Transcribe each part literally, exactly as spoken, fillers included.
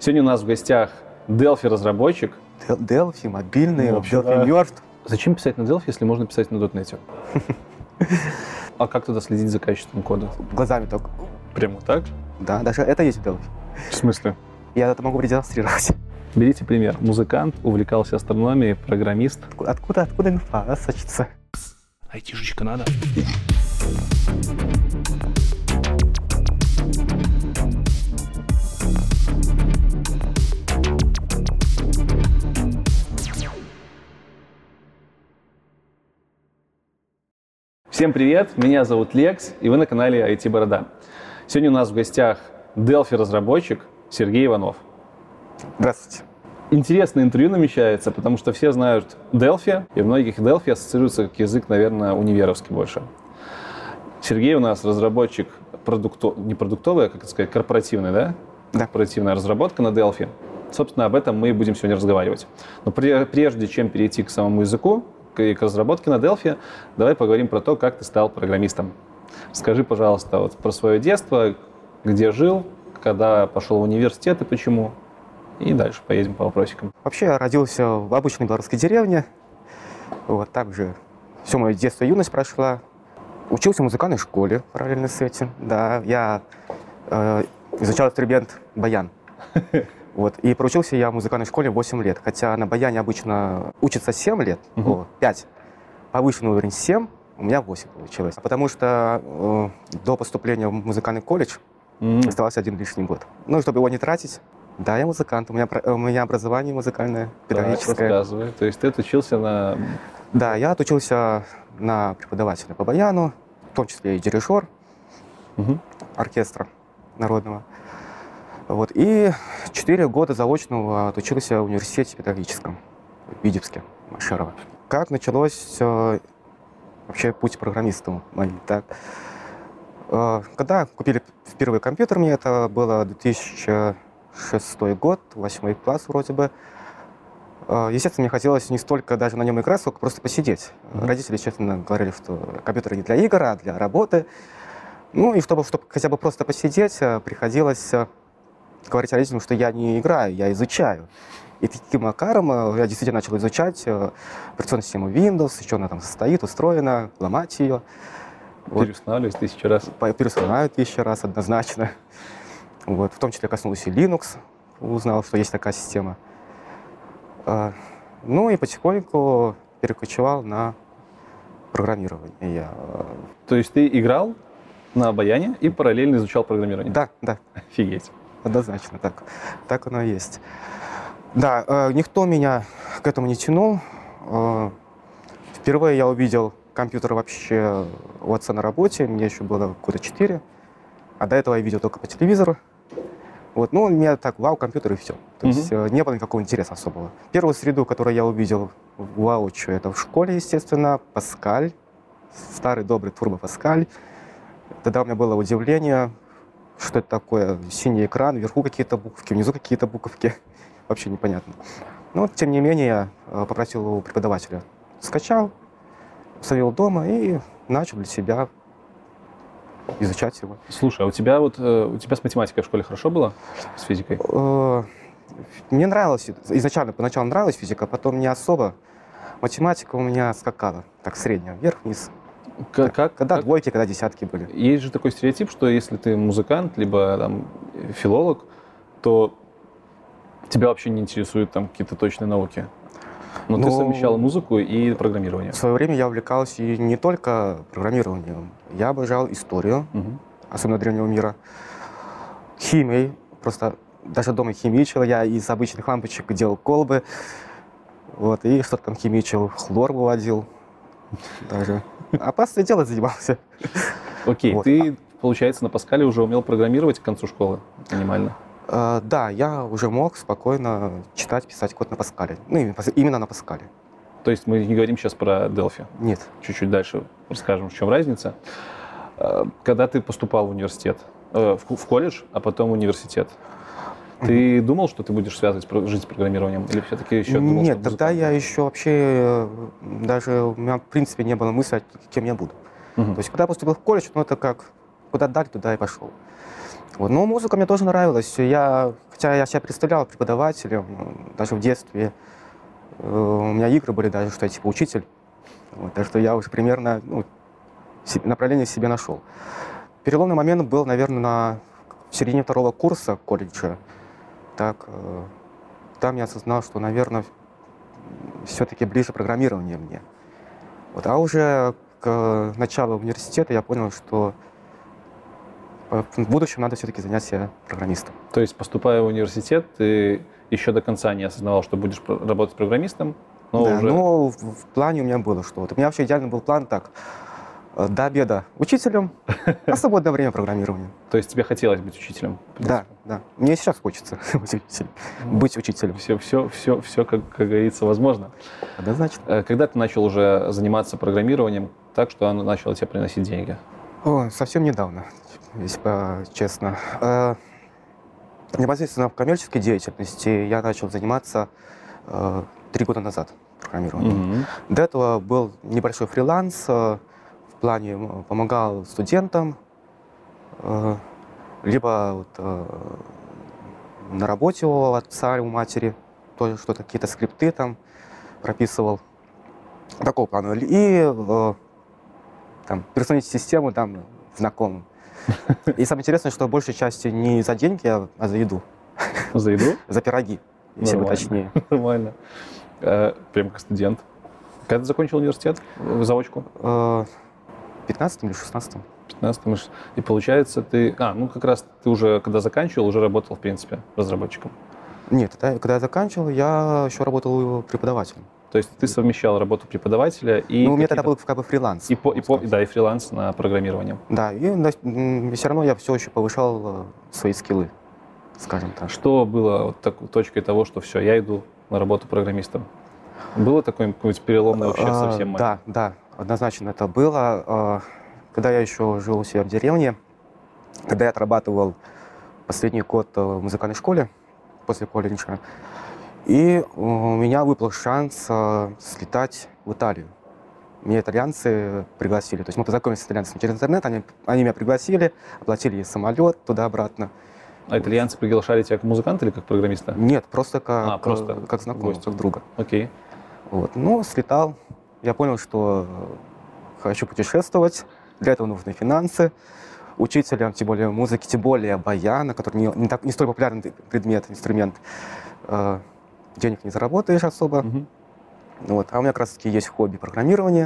Сегодня у нас в гостях Delphi-разработчик. Delphi, мобильный, ну, Delphi да. Murph. Зачем писать на Delphi, если можно писать на .дот нет? А как тогда следить за качеством кода? Глазами только. Прямо так? Да, даже это есть в Delphi. В смысле? Я это могу продемонстрировать. Берите пример. Музыкант, увлекался астрономией, программист. Откуда, откуда инфа да, сочится? Айтишечка надо. Всем привет, меня зовут Лекс, и вы на канале ай ти-Борода. Сегодня у нас в гостях Delphi-разработчик Сергей Иванов. Здравствуйте. Интересное интервью намечается, потому что все знают Delphi, и у многих Delphi ассоциируется как язык, наверное, универовский больше. Сергей у нас разработчик продукто... не продуктовый, а, как это сказать, корпоративный, да? Да. Корпоративная разработка на Delphi. Собственно, об этом мы и будем сегодня разговаривать. Но прежде чем перейти к самому языку, к разработке на Delphi, давай поговорим про то, как ты стал программистом. Скажи, пожалуйста, вот про свое детство, где жил, когда пошел в университет и почему. И дальше поедем по вопросикам. Вообще, я родился в обычной белорусской деревне. Вот так же все мое детство и юность прошла. Учился в музыкальной школе параллельно с этим. Да, я э, изучал инструмент баян. Вот. И проучился я в музыкальной школе восемь лет. Хотя на баяне обычно учатся семь лет, uh-huh. о, пять. Повышенный уровень семь, у меня восемь получилось. Потому что э, до поступления в музыкальный колледж uh-huh. оставался один лишний год. Ну, чтобы его не тратить. Да, я музыкант, у меня, у меня образование музыкальное, педагогическое. Так, рассказывай. То есть ты отучился на... Да, я отучился на преподавателя по баяну, в том числе и дирижер uh-huh. оркестра народного. Вот. И четыре года заочного отучился в университете педагогическом в Витебске, Машерова. Как началось э, вообще путь программиста мой? Так, э, когда купили впервые компьютер мне, это было две тысячи шестой год, восьмой класс вроде бы. Э, естественно, мне хотелось не столько даже на нем играть, сколько просто посидеть. Mm-hmm. Родители, честно, говорили, что компьютер не для игр, а для работы. Ну и чтобы, чтобы хотя бы просто посидеть, приходилось... говорить родителям, что я не играю, я изучаю. И таким макаром я действительно начал изучать операционную систему Windows, из чего она там состоит, устроена, ломать ее. Переустанавливать вот. тысячу раз. Переустанавливать тысячу раз, однозначно. Вот. В том числе коснулся и Linux, узнал, что есть такая система. Ну и потихоньку перекочевал на программирование. Я... То есть ты играл на баяне и параллельно изучал программирование? Да, да. Офигеть. Однозначно, так, так оно и есть. Да, э, никто меня к этому не тянул. Э, впервые я увидел компьютер вообще у отца на работе, мне еще было года четыре, а до этого я видел только по телевизору. Вот, ну, у меня так, вау, компьютер и все. То mm-hmm. есть э, не было никакого интереса особого. Первую среду, которую я увидел воочию, это в школе, естественно, Паскаль, старый добрый Турбо Паскаль. Тогда у меня было удивление, что это такое, синий экран, вверху какие-то буковки, внизу какие-то буковки. Вообще непонятно. Но, тем не менее, я попросил у преподавателя. Скачал, установил дома и начал для себя изучать его. Слушай, а у тебя вот у тебя с математикой в школе хорошо было? С физикой? Мне нравилось, изначально поначалу нравилась физика, потом не особо. Математика у меня скакала, так средняя, вверх-вниз. Как, как, когда как? двойки, когда десятки были. Есть же такой стереотип, что если ты музыкант, либо там, филолог, то тебя вообще не интересуют там какие-то точные науки. Но, Но ты совмещал музыку и программирование. В свое время я увлекался и не только программированием. Я обожал историю, угу. особенно древнего мира, химией. Просто даже дома химичил. Я из обычных лампочек делал колбы. Вот, и что-то там химичил, хлор выводил даже. Опасное дело занимался. Окей, вот. Ты, получается, на Паскале уже умел программировать к концу школы минимально? Uh, да, я уже мог спокойно читать, писать код на Паскале. Ну, именно на Паскале. То есть мы не говорим сейчас про Delphi? Нет. Чуть-чуть дальше расскажем, в чем разница. Когда ты поступал в университет, в колледж, а потом в университет, ты думал, что ты будешь связывать жизнь с программированием? Или все-таки еще думал, Нет, что тогда я еще вообще, даже у меня в принципе не было мысли, кем я буду. Uh-huh. То есть, когда я поступил в колледж, ну это как, куда дали, туда и пошел. Вот. Но музыка мне тоже нравилась. Я, хотя я себя представлял преподавателем, даже в детстве. У меня игры были даже, что я типа учитель. Вот, так что я уже примерно ну, направление себе нашел. Переломный момент был, наверное, на в середине второго курса колледжа. Так, там я осознал, что, наверное, все-таки ближе программирование мне. Вот, а уже к началу университета я понял, что в будущем надо все-таки заняться программистом. То есть, поступая в университет, ты еще до конца не осознавал, что будешь работать программистом? Но да, уже... но в, в плане у меня было, что вот, у меня вообще идеальный был план так. До обеда учителем, а свободное время программированием. То есть тебе хотелось быть учителем? Да, да. Мне сейчас хочется быть учителем. Все, все, все, все как, как говорится, возможно. Однозначно. Когда ты начал уже заниматься программированием так, что оно начало тебе приносить деньги? О, совсем недавно, если честно. Непосредственно в коммерческой деятельности я начал заниматься три года назад программированием. Mm-hmm. До этого был небольшой фриланс. В плане помогал студентам, э, либо вот, э, на работе у отца, у матери, тоже что-то, какие-то скрипты там прописывал, такого плана. И э, там, персональную систему там знакомым. И самое интересное, что большей части не за деньги, а, а за еду. За еду? За пироги, если бы точнее. Нормально. Прям как студент. Когда ты закончил университет, заочку? пятнадцатом или шестнадцатом. пятнадцатом. И получается, ты... А, ну как раз ты уже, когда заканчивал, уже работал, в принципе, разработчиком. Нет, когда я заканчивал, я еще работал преподавателем. То есть ты совмещал работу преподавателя и... Ну, у меня тогда был как бы фриланс. И, по, и, по, да, и фриланс на программирование. Да, и, и все равно я все еще повышал свои скиллы, скажем так. Что было вот так, точкой того, что все, я иду на работу программистом? Было такой какой-нибудь переломный вообще а, совсем? Да, да. Однозначно это было. Когда я еще жил у себя в деревне, когда я отрабатывал последний год в музыкальной школе после колледжа, и у меня выпал шанс слетать в Италию. Меня итальянцы пригласили. То есть мы познакомились с итальянцами через интернет, они, они меня пригласили, оплатили самолет туда-обратно. А итальянцы приглашали тебя как музыканта или как программиста? Нет, просто как, а, просто как знакомого, как друга. Окей. Вот. Ну, слетал. Я понял, что хочу путешествовать. Для этого нужны финансы. Учителям, тем более музыки, тем более баяна, который не, не, так, не столь популярный предмет, инструмент. Э, денег не заработаешь особо. Mm-hmm. Вот. А у меня как раз таки есть хобби программирования.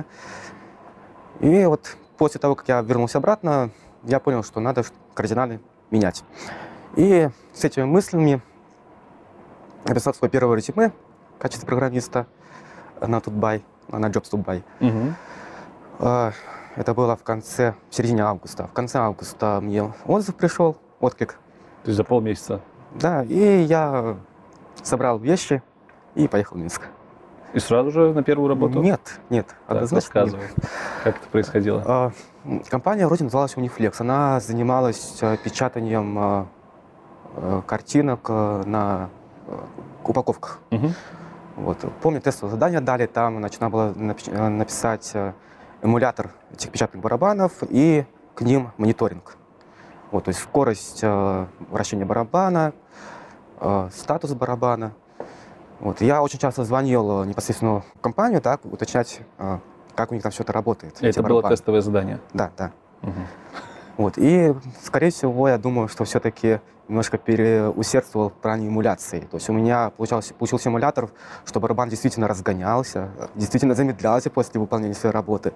И вот после того, как я вернулся обратно, я понял, что надо кардинально менять. И с этими мыслями написал свое первое резюме в качестве программиста на Тутбай, на Jobs Тутбай. Uh-huh. Это было в конце, в середине августа. В конце августа мне отзыв пришел, отклик. То есть за полмесяца? Да, и я собрал вещи и поехал в Минск. И сразу же на первую работу? Нет, нет. Так, рассказывай, как это происходило. Компания вроде называлась Uniflex. Она занималась печатанием картинок на упаковках. Uh-huh. Вот. Помню, тестовое задание дали, там значит, надо было написать эмулятор этих печатных барабанов и к ним мониторинг. Вот, то есть скорость э, вращения барабана, э, статус барабана. Вот. Я очень часто звонил непосредственно в компанию, так, уточнять, э, как у них там все это работает. Это было барабаны. Тестовое задание? Да, да. Угу. Вот. И, скорее всего, я думаю, что все-таки немножко переусердствовал в плане эмуляции. То есть у меня получался, получился эмулятор, что барабан действительно разгонялся, действительно замедлялся после выполнения своей работы.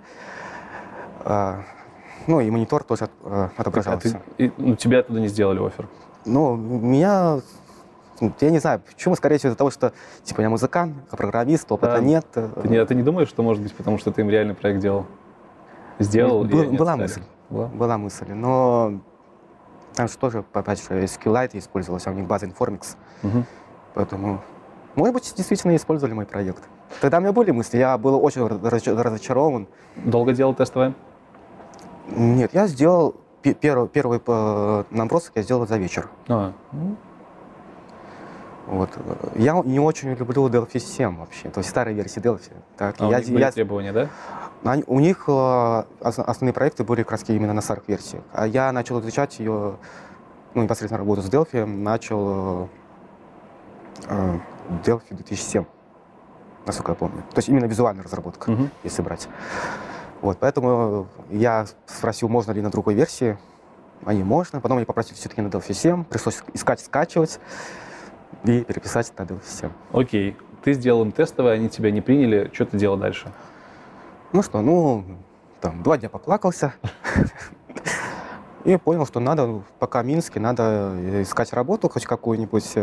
А, ну и монитор тоже отображался. А ты, и, ну, тебя оттуда не сделали оффер? Ну, меня... Я не знаю, почему, скорее всего, из-за того, что типа я музыкант, программист, опыта а, нет. Ты не, а ты не думаешь, что может быть, потому что ты им реальный проект делал? Сделал? Был, была мысль. Была? Была мысль, но... Там же тоже, опять же, SQLite использовалась, а у них база Informix. Угу. Поэтому, может быть, действительно использовали мой проект. Тогда у меня были мысли, я был очень разочарован. Долго делал тестовое? Нет, я сделал первый, первый набросок я сделал за вечер. А. Вот. Я не очень люблю Delphi семь вообще, то есть старые версии Delphi. Так, а я, у них были я... требования, да? Они, у них э, основные проекты были как раз именно на старых версиях. А я начал изучать ее ну, непосредственно работу с Delphi начал э, Delphi две тысячи семь, насколько я помню. То есть именно визуальная разработка, uh-huh. если брать. Вот, поэтому я спросил, можно ли на другой версии. Они можно. Потом они попросили все-таки на Delphi семь. Пришлось искать, скачивать и переписать на Delphi семь. Окей. Ты сделал им тестовое, они тебя не приняли. Что ты делал дальше? Ну что, ну, там, два дня поплакался. И понял, что надо, пока в Минске, надо искать работу хоть какую-нибудь.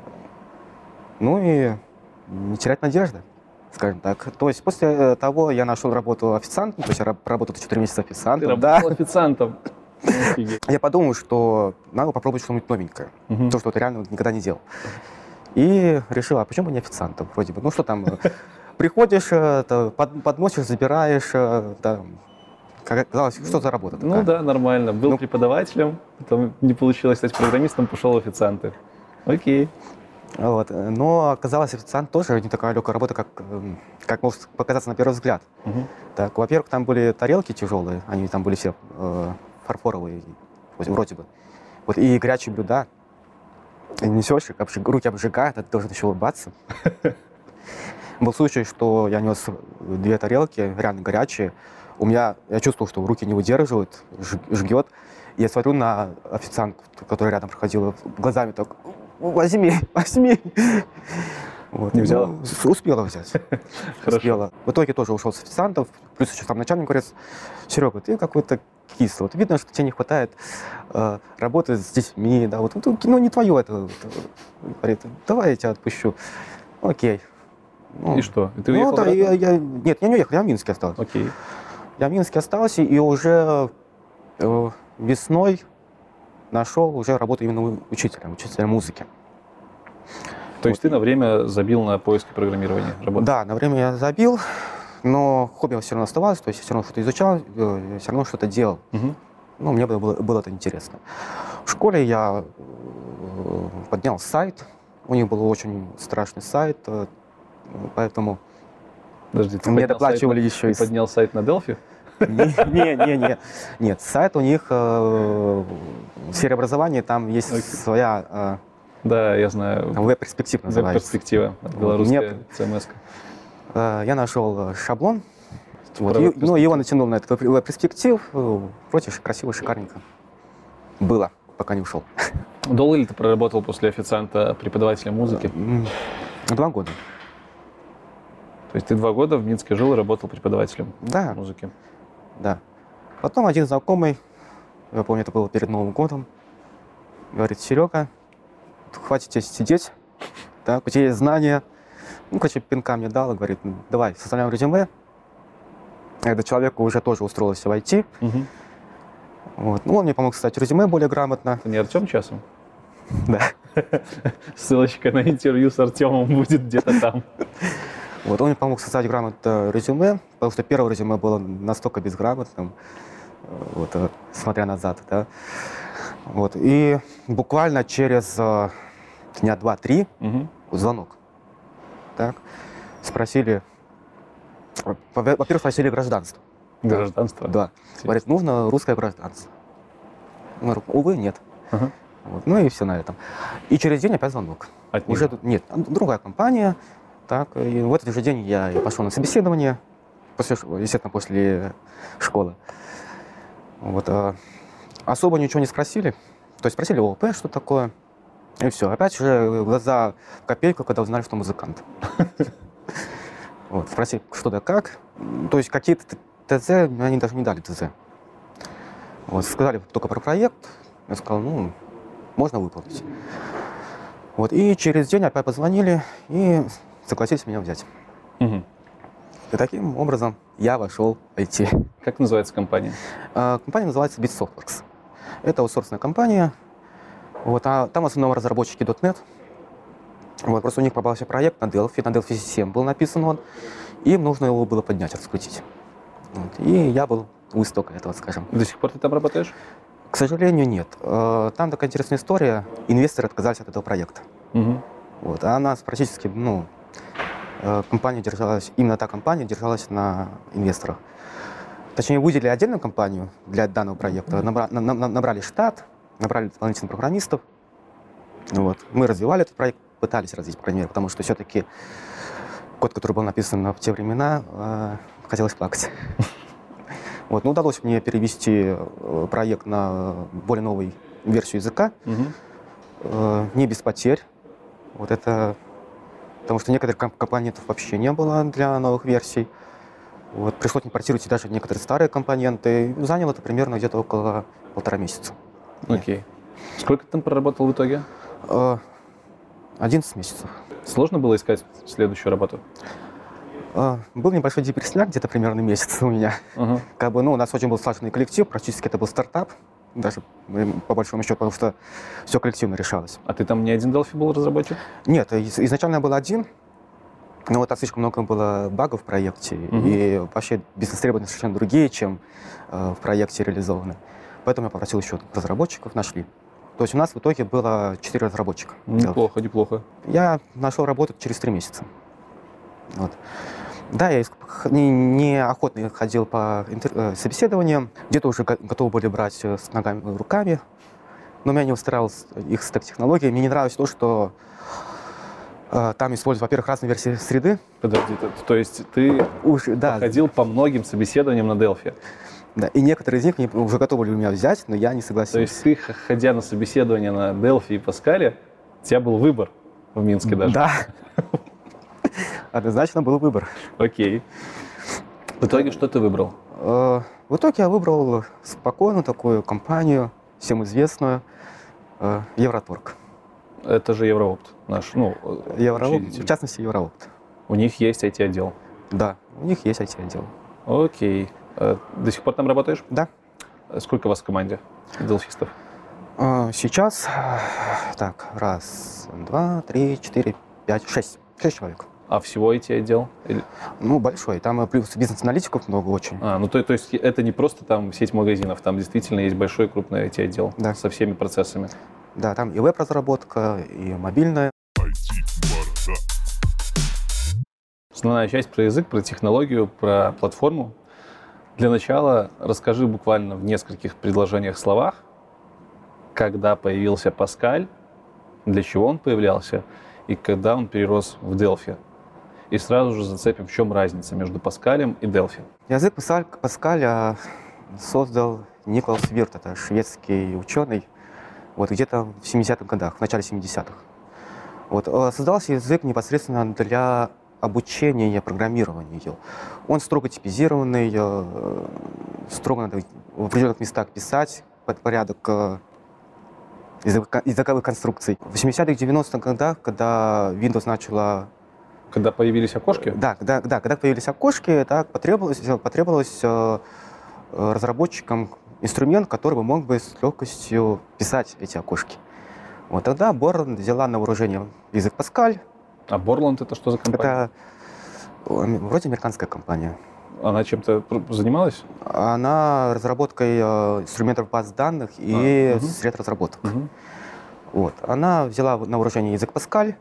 Ну и не терять надежды, скажем так. То есть после того я нашел работу официантом, то есть я работал четыре месяца официантом. Ты работал да. официантом? Я подумал, что надо попробовать что-нибудь новенькое. Угу. То, что я реально никогда не делал. И решил, а почему не официантом? Вроде бы, ну что там, приходишь, подносишь, забираешь, там, как казалось, что за работа такая? Ну да, нормально. Был ну, преподавателем, потом не получилось стать программистом, пошел в официанты. Окей. Вот. Но оказалось, официант тоже не такая легкая работа, как, как может показаться на первый взгляд. Угу. Так, во-первых, там были тарелки тяжелые, они там были все э, фарфоровые, вроде бы. Вот, и горячие блюда. И несешь их, обжиг, руки обжигают, а ты должен еще улыбаться. Был случай, что я нес две тарелки, реально горячие. У меня, я чувствовал, что руки не выдерживают, жгет. И я смотрю на официантку, которая рядом проходила, глазами так, возьми, возьми. Вот. Не взяла? Ну, успела взять. Успела. В итоге тоже ушел с официантов. Плюс еще там начальник говорит, Серега, ты какой-то кислый. Вот видно, что тебе не хватает э, работы с детьми. Да, вот, вот, ну, не твое это. Говорит, давай я тебя отпущу. Окей. Ну, и что? И ты ну, уехал да, я, я, нет, я не уехал, я в Минске остался. Окей. Я в Минске остался и уже э, весной нашел уже работу именно учителем, учителем музыки. То есть вот. Ты на время забил на поиски программирования? Работы? Да, на время я забил, но хобби все равно оставалось, то есть я все равно что-то изучал, я все равно что-то делал. Угу. Ну, мне было, было это интересно. В школе я э, поднял сайт, у них был очень страшный сайт, э, поэтому Подожди, ты мне доплачивали сайт, еще. Ты из... поднял сайт на Delphi? Не, не, не, нет, сайт у них э, в сфере образования, там есть okay. своя... Э, да, я знаю. Веб-перспектива называется. Веб-перспектива, белорусская си эм эс. Э, я нашел шаблон, вот, и, ну, его натянул на этот веб-перспектив, вроде красиво, шикарненько было, пока не ушел. Долго ли ты проработал после официанта преподавателя музыки? Два года. То есть ты два года в Минске жил и работал преподавателем да. музыки? Да. Потом один знакомый, я помню, это было перед Новым годом, говорит, Серега, хватит тебе сидеть, так, у тебя есть знания. Ну, короче, пинка мне дал, говорит, давай, составляем резюме. Этот человек уже тоже устроился в ай ти. Угу. Вот. Ну, он мне помог составить резюме более грамотно. Это не Артем часом? Да. Ссылочка на интервью с Артемом будет где-то там. Вот, он мне помог составить грамотно резюме, потому что первое резюме было настолько безграмотным, вот, смотря назад, да. Вот, и буквально через э, дня два-три угу. звонок. Так, спросили, во-первых, спросили гражданство. Гражданство? Да. Интересно. Говорит, нужно русское гражданство. Я говорю, увы, нет. Угу. Вот, ну и все на этом. И через день опять звонок. От Уже тут нет, другая компания. Так, и в этот же день я пошел на собеседование, после, естественно, после школы. Вот, а, особо ничего не спросили. То есть спросили ООП, что такое, и все. Опять же глаза в копейку, когда узнали, что музыкант. Вот, спросили, что да как. То есть какие-то ТЗ, они даже не дали ТЗ. Вот, сказали только про проект. Я сказал, ну, можно выполнить. Вот, и через день опять позвонили и согласились меня взять. Угу. И таким образом я вошел в ай ти. Как называется компания? А, компания называется BitSoftworks. Это аутсорсная компания. Вот, а там в основном разработчики .дот нет. Вот, просто у них попался проект на Delphi, на Delphi семь был написан он. Им нужно его было поднять, раскрутить. Вот, и я был у истока этого, скажем. До сих пор ты там работаешь? К сожалению, нет. Там такая интересная история. Инвесторы отказались от этого проекта. Угу. Вот, а она практически, ну, компания держалась, именно та компания держалась на инвесторах. Точнее, выделили отдельную компанию для данного проекта, набра, на, на, набрали штат, набрали дополнительных программистов. Вот. Мы развивали этот проект, пытались развить, по крайней мере, потому что все-таки код, который был написан в те времена, э, хотелось плакать. Вот. Но удалось мне перевести проект на более новую версию языка, угу. э, не без потерь. Вот это, потому что некоторых компонентов вообще не было для новых версий. Вот. Пришлось импортировать даже некоторые старые компоненты. Заняло это примерно где-то около полтора месяца. Окей. Okay. Сколько ты там проработал в итоге? одиннадцать месяцев. Сложно было искать следующую работу? Был небольшой депресняк, где-то примерно месяц у меня. Uh-huh. Как бы, ну, у нас очень был слаженный коллектив, практически это был стартап, даже по большому счету, потому что все коллективно решалось. А ты там не один Delphi был разработчик? Нет, изначально я был один, но вот так слишком много было багов в проекте, uh-huh. и вообще бизнес-требования совершенно другие, чем э, в проекте реализованы. Поэтому я попросил еще разработчиков, нашли. То есть у нас в итоге было четыре разработчика. Неплохо, Delphi. Неплохо. Я нашел работу через три месяца. Вот. Да, я неохотно ходил по интер... собеседованиям, где-то уже готовы были брать с ногами, руками, но меня не устраивал их стек-технология. Мне не нравилось то, что э, там используют, во-первых, разные версии среды. Подожди, то, то есть ты уж, да. ходил по многим собеседованиям на Delphi? Да, и некоторые из них уже готовы были меня взять, но я не согласился. То есть ты, ходя на собеседование на Delphi и Pascal, у тебя был выбор в Минске даже? Да. Однозначно был выбор. Окей. В итоге что ты выбрал? В итоге я выбрал спокойную такую компанию, всем известную, Евроторг. Это же Евроопт наш, ну, Евроопт, в частности, Евроопт. У них есть ай ти-отдел? Да, у них есть ай ти-отдел. Окей. До сих пор там работаешь? Да. Сколько у вас в команде делфистов? Сейчас, так, раз, два, три, четыре, пять, шесть. Шесть человек. А всего ай ти-отдел? Или... Ну, большой. Там плюс бизнес-аналитиков много очень. А, ну то, то есть это не просто там сеть магазинов, там действительно есть большой крупный ай ти-отдел, да, со всеми процессами. Да, там и веб-разработка, и мобильная. Основная часть про язык, про технологию, про платформу. Для начала расскажи буквально в нескольких предложениях, словах, когда появился Pascal, для чего он появлялся и когда он перерос в Delphi. И сразу же зацепим, в чем разница между Pascal и Delphi. Язык Pascal создал Николас Вирт, это шведский ученый, вот где-то в семидесятых годах, в начале семидесятых. Вот, создался язык непосредственно для обучения программированию. Он строго типизированный, строго надо в определенных местах писать под порядок языковых конструкций. В восьмидесятых, девяностых годах, когда Windows начала... Когда появились окошки? Да, да, да, когда появились окошки, так, потребовалось, потребовалось э, разработчикам инструмент, который бы мог бы с легкостью писать эти окошки. Вот тогда Borland взяла на вооружение язык Pascal. А Borland это что за компания? Это вроде американская компания. Она чем-то занималась? Она разработкой э, инструментов баз данных и а, угу. сред разработок. Угу. Вот. Она взяла на вооружение язык Pascal,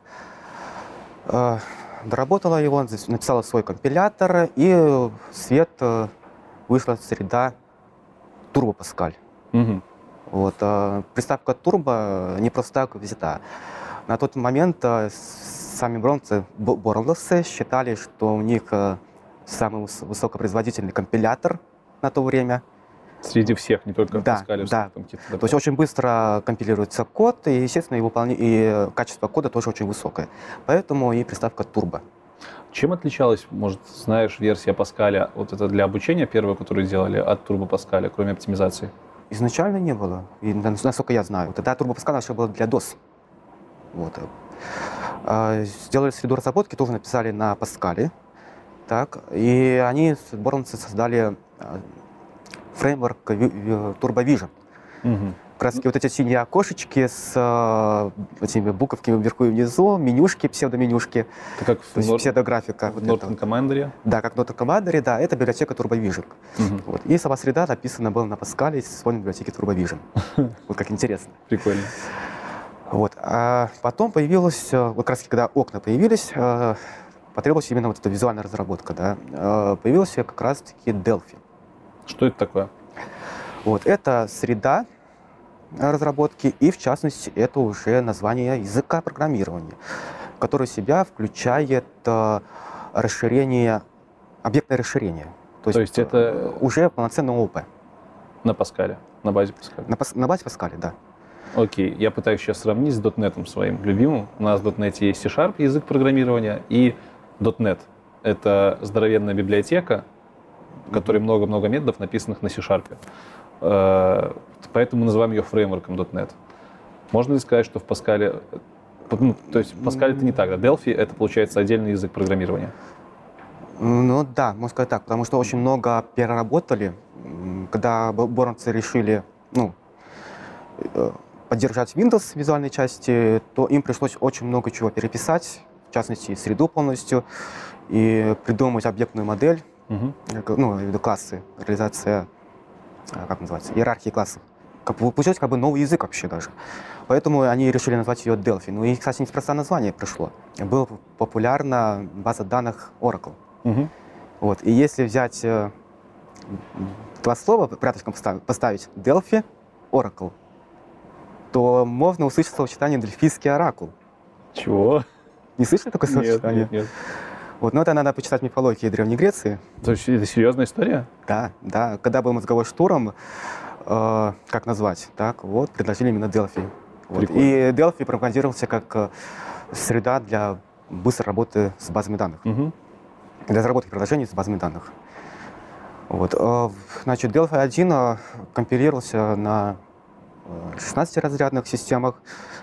э, доработала его, написала свой компилятор, и в свет э, вышла среда Turbo Pascal. Угу. Вот. Э, приставка Turbo не просто так взята. На тот момент э, сами бронцы, борловцы считали, что у них э, самый высокопроизводительный компилятор на то время. Среди всех, не только да, Pascal. Да, там то есть очень быстро компилируется код, и, естественно, и, выполня... и качество кода тоже очень высокое. Поэтому и приставка Turbo. Чем отличалась, может, знаешь, версия Pascal, вот это для обучения первая, которую делали, от Turbo Pascal, кроме оптимизации? Изначально не было, и, насколько я знаю. Тогда Turbo Pascal еще был для дос. Вот. Сделали среду разработки, тоже написали на Pascal. Так, и они, борландцы, создали фреймворк Turbo Vision. Угу. Как раз вот эти синие окошечки с э, этими буковками вверху и внизу, менюшки, псевдоменюшки, это как в Nord... псевдографика. В Norton Commander? Да, как в Norton Commander, да, это библиотека Turbo Vision. Угу. Вот. И сама среда написана была на Pascal и с библиотеки Turbo Vision. Вот как интересно. Прикольно. Вот. А потом появилась, вот как раз когда окна появились, потребовалась именно вот эта визуальная разработка, да, появилась как раз-таки Delphi. Что это такое? Вот, это среда, разработки, и в частности это уже название языка программирования, который в себя включает э, расширение, объектное расширение. То, То есть, есть это уже полноценный ООП. На Паскале, на базе Паскаля? На, на базе Паскаля, да. Окей, я пытаюсь сейчас сравнить с .NET своим любимым. У нас в .NET есть C-Sharp, язык программирования, и .NET — это здоровенная библиотека, в которой много-много методов, написанных на C-Sharp. Поэтому мы называем ее фреймворком .NET. Можно ли сказать, что в Паскале... Ну, то есть в Паскале это не так, да? Delphi — это, получается, отдельный язык программирования? Ну да, можно сказать так, потому что очень много переработали. Когда боронцы решили, ну, поддержать Windows в визуальной части, то им пришлось очень много чего переписать, в частности, среду полностью, и придумать объектную модель, uh-huh. ну, я имею в виду классы, реализация, как называется, иерархии классов. Получилось как бы новый язык вообще даже. Поэтому они решили назвать ее Delphi. Ну и, кстати, неспроста название пришло. Была популярна база данных Oracle. Uh-huh. Вот. И если взять э, два слова, рядышком поставить Delphi, Oracle, то можно услышать словосочетание «дельфийский оракул». Чего? Не слышали такое словосочетание? Нет, нет, нет. Вот, но это надо почитать мифологии Древней Греции. То есть это серьезная история? Да, да. Когда был мозговой штурм, э, как назвать, так, вот, предложили именно Delphi. Вот. И Delphi пропагандировался как э, среда для быстрой работы с базами данных. Угу. Для разработки приложений с базами данных. Вот. Э, значит, Delphi один э, компилировался на шестнадцатиразрядных системах.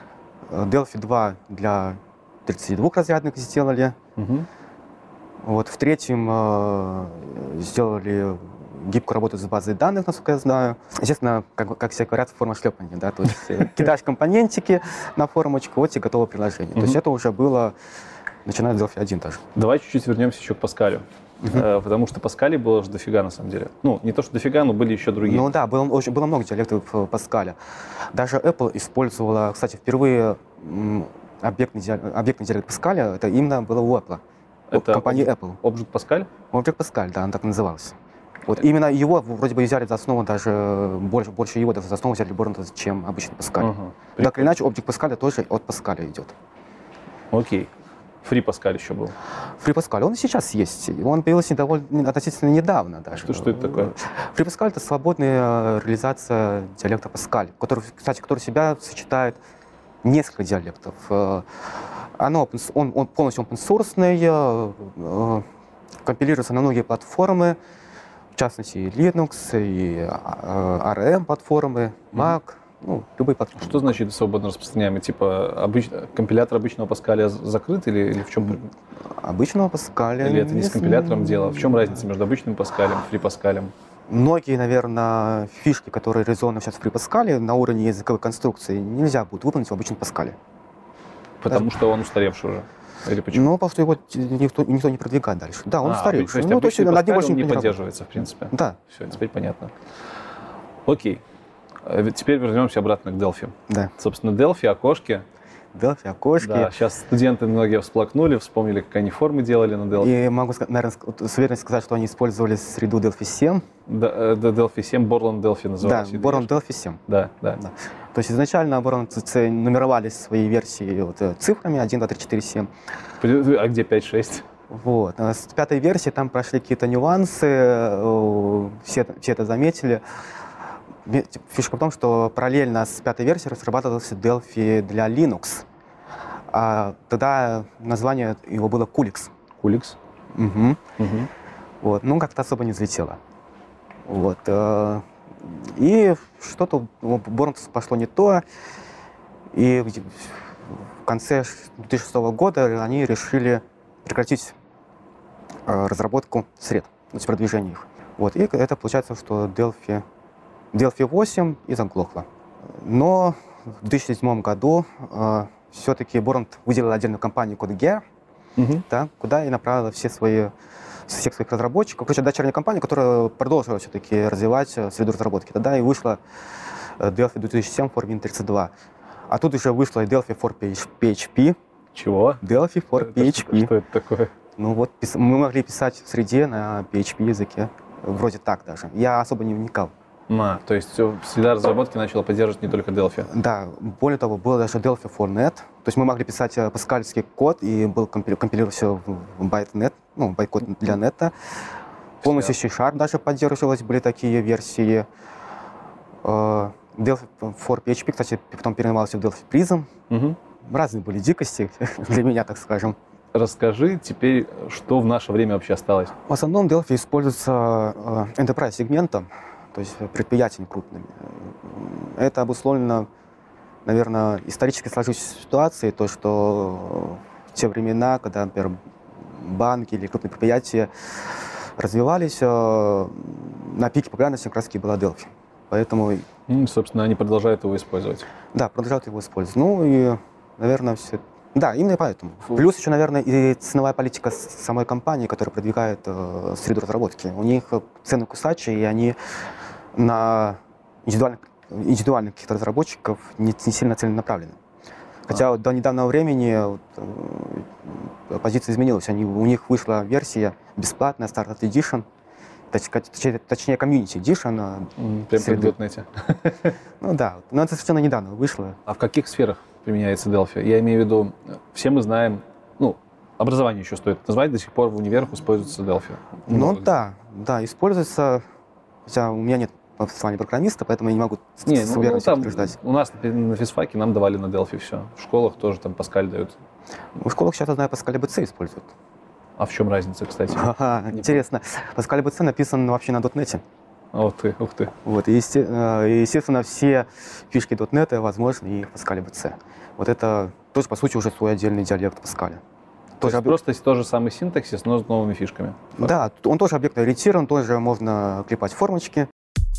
Delphi два для тридцатидвухразрядных сделали. Угу. Вот, в третьем э, сделали гибкую работу с базой данных, насколько я знаю. Естественно, как, как все говорят, форма шлепания, да, то есть кидаешь компонентики на формочку, вот и готово приложение. То есть это уже было, начиная с Delphi один даже. Давай чуть-чуть вернемся еще к Паскалю. Uh-huh. Потому что Паскалей было же дофига, на самом деле. Ну, не то, что дофига, но были еще другие. Ну да, было, очень, было много диалектов Паскаля. Даже Apple использовала, кстати, впервые объектный, объектный диалект Паскаля, это именно было у Apple, это компании Object, Apple. Object Pascal? Object Pascal, да, он так назывался. Вот именно его вроде бы взяли за основу, даже больше, больше его за основу взяли Боронта, чем обычный Паскаль. Uh-huh. Так или иначе, Object Pascal тоже от Паскаля идет. Окей. Okay. Free Pascal еще был. Free Pascal, он и сейчас есть. Он появился довольно относительно недавно даже. Что, что это такое? Free Pascal — это свободная реализация диалекта Pascal, который, кстати, который в себя сочетает несколько диалектов. Оно, он, он полностью open-source, компилируется на многие платформы, в частности, и Linux, и ар эм-платформы, Mac. Mm-hmm. Ну, любые платформы. Что значит свободно распространяемый? Типа обыч... компилятор обычного Паскаля закрыт или, или в чем? Обычного Паскаля. Или это не с компилятором дело? В чем разница между обычным Паскалем и Free Паскалем? Многие, наверное, фишки, которые реализованы сейчас в Free Паскале на уровне языковой конструкции, нельзя будет выполнить в обычном Паскале. Потому Даже... что он устаревший уже? Или почему? Ну, потому что его никто, никто не продвигает дальше. Да, он а, устаревший. То есть ну, то есть над ним больше не не поддерживается, в принципе? Да. Все, теперь понятно. Окей. Теперь вернемся обратно к Delphi. Да. Собственно, Delphi, окошки. Delphi, окошки. Да, сейчас студенты многие всплакнули, вспомнили, как они формы делали на Delphi. И могу, наверное, с уверенностью сказать, что они использовали среду Delphi семь. Да, Delphi семь, Borland Delphi назывался. Да, Borland Delphi семь. Да, да, да. То есть изначально Borland нумеровали свои версии вот, цифрами один, два, три, четыре, семь. А где пять, шесть? Вот. С пятой версии там прошли какие-то нюансы, все, все это заметили. Фишка в том, что параллельно с пятой версией разрабатывался Delphi для Linux. А тогда название его было Kulix. Kulix? Угу. Угу. Вот. Ну, как-то особо не взлетело. Вот. И что-то у Боронта пошло не то. И в конце две тысячи шестого года они решили прекратить разработку сред, то есть продвижение их. Вот. И это получается, что Delphi Delphi восемь и заглохло. Но в две тысячи седьмом году э, все-таки Боронт выделил отдельную компанию CodeGear, uh-huh. да, куда и направила все свои, всех своих разработчиков. Короче, дочерняя компания, которая продолжила все-таки развивать среду разработки. Тогда и вышла Delphi две тысячи семь for Win тридцать два. А тут уже вышла и Delphi for пи эйч пи. Чего? Delphi for это пи эйч пи. Что, что это такое? Ну вот, мы могли писать в среде на пи эйч пи языке. Вроде так даже. Я особо не вникал. А, то есть среда разработки начала поддерживать не только Delphi? Да, более того, был даже Delphi for Net. То есть мы могли писать паскальский код, и был компилировался в байт-нет, ну, байт-код для нета. Полностью C-Sharp даже поддерживалось, были такие версии. Delphi for пи эйч пи, кстати, потом переименовался в Delphi Prism. Угу. Разные были дикости для меня, так скажем. Расскажи теперь, что в наше время вообще осталось. В основном Delphi используется enterprise-сегментом, то есть предприятиями крупными. Это обусловлено, наверное, исторически сложившейся ситуацией, то, что в те времена, когда, например, банки или крупные предприятия развивались, на пике популярности как раз-таки была Delphi. Поэтому... И, собственно, они продолжают его использовать. Да, продолжают его использовать. Ну и, наверное, все... Да, именно поэтому. Плюс еще, наверное, и ценовая политика самой компании, которая продвигает э, среду разработки. У них цены кусачие, и они на индивидуальных, индивидуальных каких-то разработчиков не, не сильно целенаправлены. Хотя а. вот до недавнего времени вот, э, позиция изменилась. Они, у них вышла версия бесплатная, Startup Edition, точ, точнее, точнее Community Edition. Прям при дотнете. Ну да, но это совершенно недавно вышло. А в каких сферах применяется Delphi? Я имею в виду, все мы знаем, ну, образование еще стоит назвать, до сих пор в универах используется Delphi. Ну много. да, да, используется, хотя у меня нет образования программиста, поэтому я не могу не, с ну, уверенностью ну, утверждать. У нас на физфаке нам давали на Delphi все. В школах тоже там Pascal дают. В школах сейчас, я знаю, Pascal ай би си используют. А в чем разница, кстати? Ага, интересно. Pascal ай би си написан вообще на .NET. Ух ты, ух ты. Вот, и, естественно, все фишки .NET возможны и в Pascal ай би си. Вот это тоже, по сути, уже свой отдельный диалект Pascal. То есть просто тот же самый синтаксис, но с новыми фишками? Да, он тоже объектно-ориентирован, тоже можно клепать формочки.